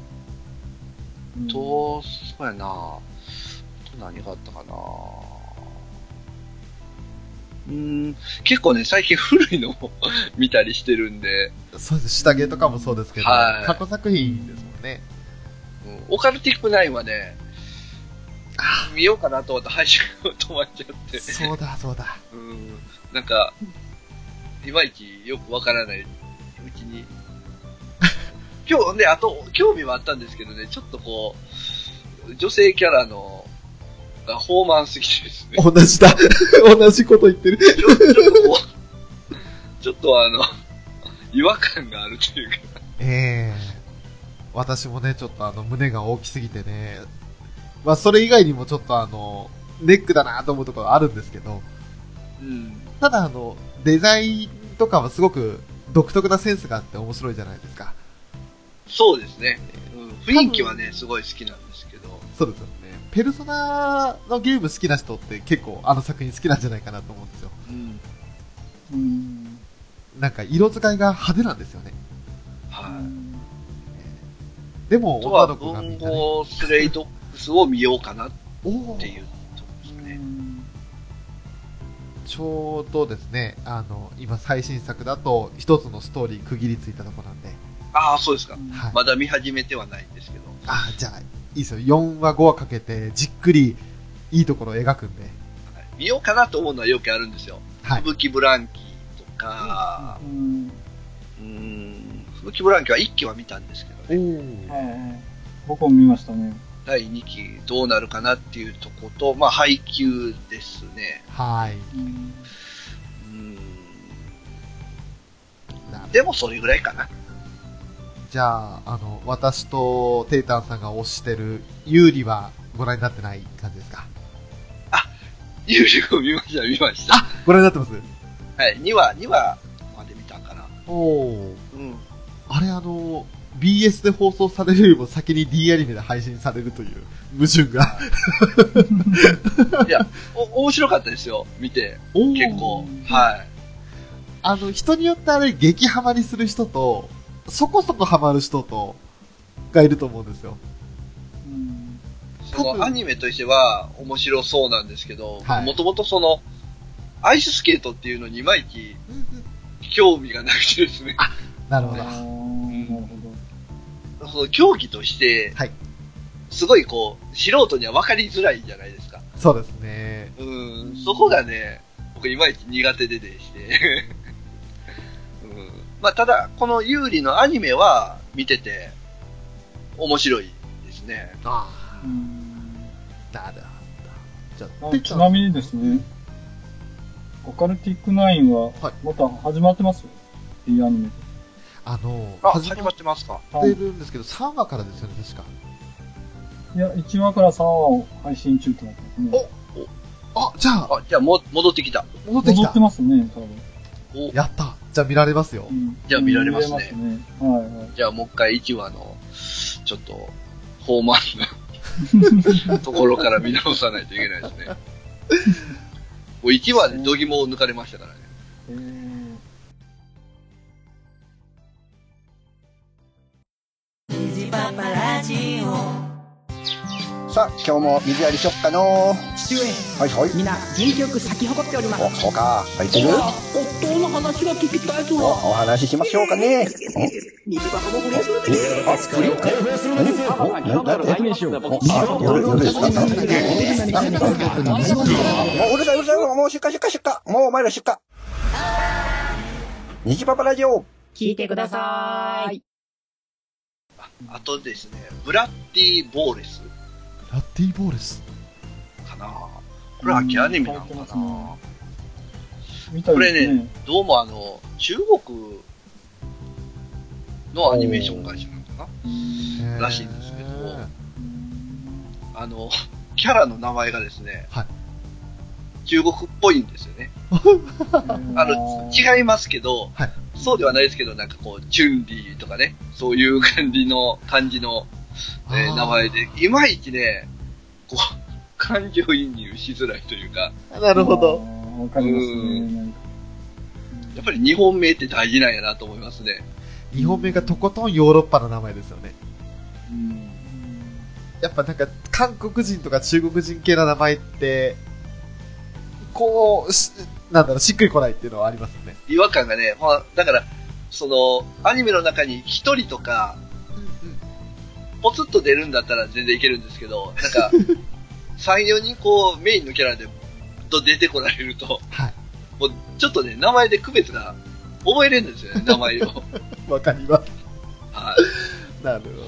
と、そうやな、あと何があったかな。うーん、結構ね、最近古いのも見たりしてるんで。 そうです。下着とかもそうですけど、 はい、 過去作品ですもんね。 うん、オカルティックナインはね、見ようかなと思ったら配信が止まっちゃって。 そうだ、そうだ。 うん。なんか、いまいちよくわからないうちに。今日ね、あと、興味はあったんですけどね、ちょっとこう、女性キャラの、が豊満すぎてですね。 同じだ。同じこと言ってる。 ちょちょっとこう、ちょっとあの、違和感があるというか。 ええー、私もね、ちょっとあの、胸が大きすぎてね、まあ、それ以外にもちょっとあの、ネックだなと思うところあるんですけど、 うん。 ただあの、デザインとかはすごく独特なセンスがあって面白いじゃないですか。 そうですね。うん、雰囲気はね、すごい好きなんですけど。 そうですよね。ペルソナのゲーム好きな人って結構あの作品好きなんじゃないかなと思うんですよ。 うん。 うん。 なんか色使いが派手なんですよね。 はい。 でも、 あとは女の子がみんな、ね、 文豪スレイドックスを見ようかなっていうところですね。 ちょうどですね、あの、今最新作だと一つのストーリー区切りついたところなんで。 ああ、そうですか、 はい。 まだ見始めてはないんですけど。 ああ、じゃあ、いいですよ。よんわごわかけて、じっくりいいところを描くんで。 はい、見ようかなと思うのはよくあるんですよ。はい。吹雪ブランキーとか、うん。うん。吹雪ブランキーはいっきは見たんですけどね。 はい、僕も見ましたね。 だいにきどうなるかなっていうとこと、まあ、配給ですね。 はい。うん。 でもそれぐらいかな。 じゃあ、あの、私とテイタンさんが推してる有利はご覧になってない感じですか？ あ、 ユーリを見ました、見ました。 あ、ご覧になってます？ はい、にわ、にわまで見たかな。 おー。 うん。 あれあの、ビーエス で放送されるよりも先に D アニメで配信されるという矛盾が。 いや、お、面白かったですよ、見て。結構。はい。 あの、人によってあれ、激ハマりする人と、そこそこハマる人と、がいると思うんですよ。 そのアニメとしては面白そうなんですけど、もともとその、アイススケートっていうのにいまいち興味がなくてですね。 あ、なるほど。 その競技として、はい、すごいこう、素人には分かりづらいじゃないですか。 そうですね。 うん、そこがね、僕いまいち苦手ででして。うん、まあ、ただ、この有利のアニメは見てて、面白いですね。ああ。うん。 なるほど。 じゃあ、ちなみにですね、オカルティックナインは、また始まってますよ、はい、いいアニメで。 あの、 あ、始まってますか。 始まってるんですけど、さんわからですよね、確か。 いや、いちわからさんわを配信中ってなってますね。 おおあ、じゃあ。 あ、じゃあも、戻ってきた。 戻ってきた。 戻ってますね、多分。 おやった。じゃあ見られますよ。うん、 じゃあ見られますね。 見れますね。はいはい。 じゃあもう一回いちわの、ちょっと、フォーマンなところから見直さないといけないですね。もういちわで度肝を抜かれましたからね。へー。 さあ、今日も水やりしよっかの父上、 はいはい。 みんな元気よく咲き誇っております。 お、そうか。入ってる？ 夫の話が聞きたいとは。 お、お話ししましょうかね。 虹パパの不倫するって。 あ、不倫？何？パパに何だって？あ、夜、夜ですか？もううるさいうるさい。もう出荷出荷出荷。もうお前ら出荷。虹パパラジオ。 聞いてください。 あとですね、ブラッディ・ボーレス。 ブラッディ・ボーレスかな。これ秋アニメなのかな。これね、どうもあの、中国のアニメーション会社なのかならしいんですけど、あの、キャラの名前がですね、はい、中国っぽいんですよね。あの、違いますけど、はい、そうではないですけど、なんかこう、チュンリーとかね、そういう感じの、感じの、えー、名前で、いまいちね、こう、感情移入しづらいというか。 なるほど。 わかりますね。 やっぱり日本名って大事なんやなと思いますね。 日本名がとことんヨーロッパの名前ですよね。うん、やっぱなんか、韓国人とか中国人系の名前って、こう、なんだろう、しっくりこないっていうのはありますよね。 違和感がね、まあ、だから、その、アニメの中に一人とか、うんうん、ポツッと出るんだったら全然いけるんですけど、なんか、さん、よにんこう、メインのキャラで、と出てこられると、はい、もう、ちょっとね、名前で区別が、覚えれるんですよね、名前を。 わかります。 はい。 なるほどね。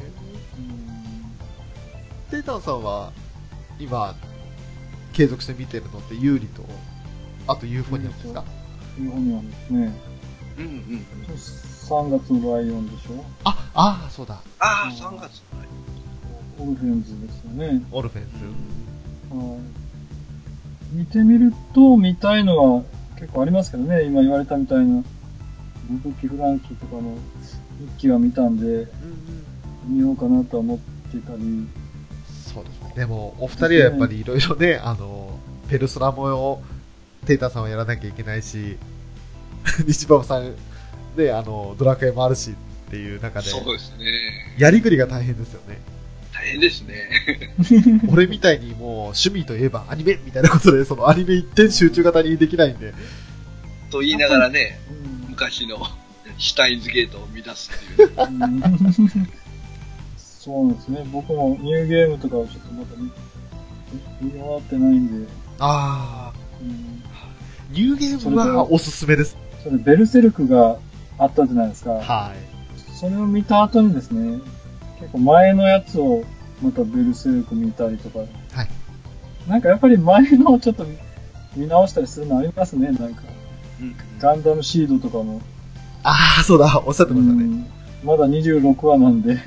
テイタンさんは、今、継続して見てるのって、ユーリと、あとユーフォニアムですか？ ユーフォニアムですね。うんうん。さんがつのライオンでしょ？ あ、ああ、そうだ。 ああ、さんがつのライオン。オルフェンズですよね。 オルフェンズ。 はい。見てみると、見たいのは結構ありますけどね、今言われたみたいな。ブキフランキーとかの一期は見たんで、うんうん、見ようかなとは思ってたり。 そうですね。でも、お二人はやっぱりいろいろね、あの、ペルソナもテイタさんはやらなきゃいけないし、西馬さん、ね、あの、ドラクエもあるしっていう中で、 そうですね。 やりくりが大変ですよね。 大変ですね。 俺みたいにもう趣味といえばアニメみたいなことで、そのアニメ一点集中型にできないんで。 と言いながらね、昔のシュタインズゲートを乱すっていう。 そうですね。僕もニューゲームとかをちょっとまた見見終わってないんで。 ああ、うん。ニューゲームはおすすめです。 それベルセルクがあったじゃないですか。 はい。 それを見た後にですね、結構前のやつをまたベルセルク見たりとか。はい。なんかやっぱり前のをちょっと見直したりするのありますね、なんか。うん、ガンダムシードとかも。 ああ、そうだ、おっしゃってましたね。うん、 まだにじゅうろくわなんで。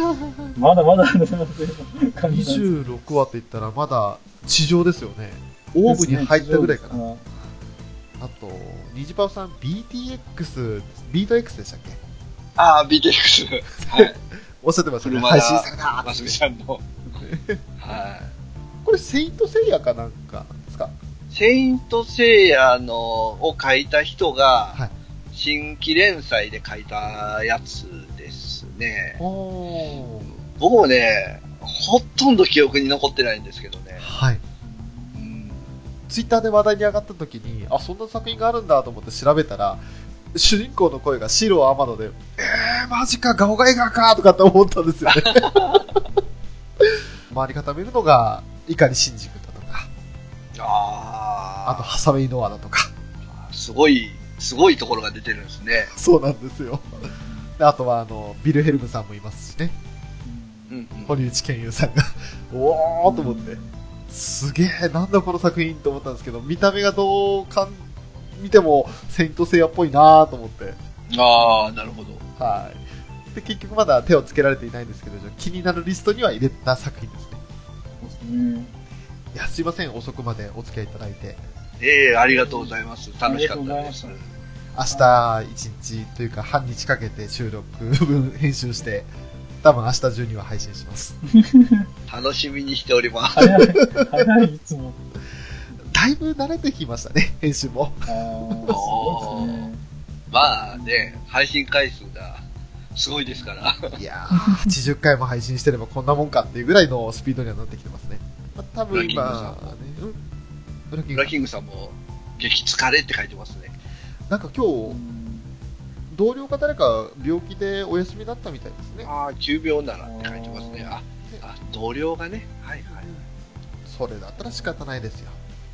まだまだあるなっていう感じ。 にじゅうろくわって言ったらまだ地上ですよね。 オーブに入ったぐらいかな。 な。 あと、ニジパオさん ビーティーエックス、ビート X でしたっけ？ ああ、ビーティーエックス。はい。 おっしゃってましたね。 車配信されたますみさんの。はい。 これ、セイントセイヤかなんかですか？ セイントセイヤのを書いた人が、 はい、 新規連載で書いたやつですね。 おー。 僕もね、ほとんど記憶に残ってないんですけどね。 はい。 うん、 ツイッターで話題に上がった時に、あ、そんな作品があるんだと思って調べたら、主人公の声がシロ天野で、えー、マジか、ガオガイガーかとかって思ったんですよね。回り方見るのが、碇シンジ君だとか、 ああと、ハサウェイノアだとか。 すごい、すごいところが出てるんですね。 そうなんですよ。であとは、あの、ビルヘルムさんもいますしね。 うんうん、 堀内健優さんが、おーと思って、すげえ、なんだこの作品と思ったんですけど、見た目がどうかん、見ても、セイントセイヤっぽいなーと思って。 ああ、なるほど。 はい。で、結局まだ手をつけられていないんですけど、気になるリストには入れた作品ですね。 そうですね。 いや、すいません、遅くまでお付き合いいただいて。 ええー、ありがとうございます。楽しかったです。 明日一日というか半日かけて収録分編集して、多分明日中には配信します。 楽しみにしております。 早い、早い、いつも。 だいぶ慣れてきましたね、編集も。 ああ、そうですね。 まあね、配信回数がすごいですから。 いやー、はちじゅっかいも配信してればこんなもんかっていうぐらいのスピードにはなってきてますね。まあ、多分今、ね、うん。 ブラキングさん。ブラキングさんも、激疲れって書いてますね。 なんか今日、同僚か誰か病気でお休みだったみたいですね。 ああ、急病ならって書いてますね。あ、あ同僚がね。はいはい。 それだったら仕方ないですよ。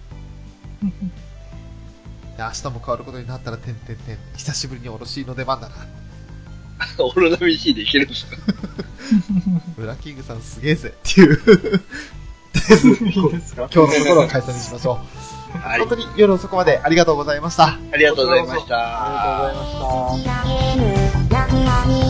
で明日も変わることになったら、てんてんてん。久しぶりにおろしの出番だな。 オロナミン C でいけるんですか？ ブラキングさんすげえぜっていう。今日のところは解散にしましょう。はい、本当に夜遅くまでありがとうございました。 ありがとうございました。 ありがとうございました。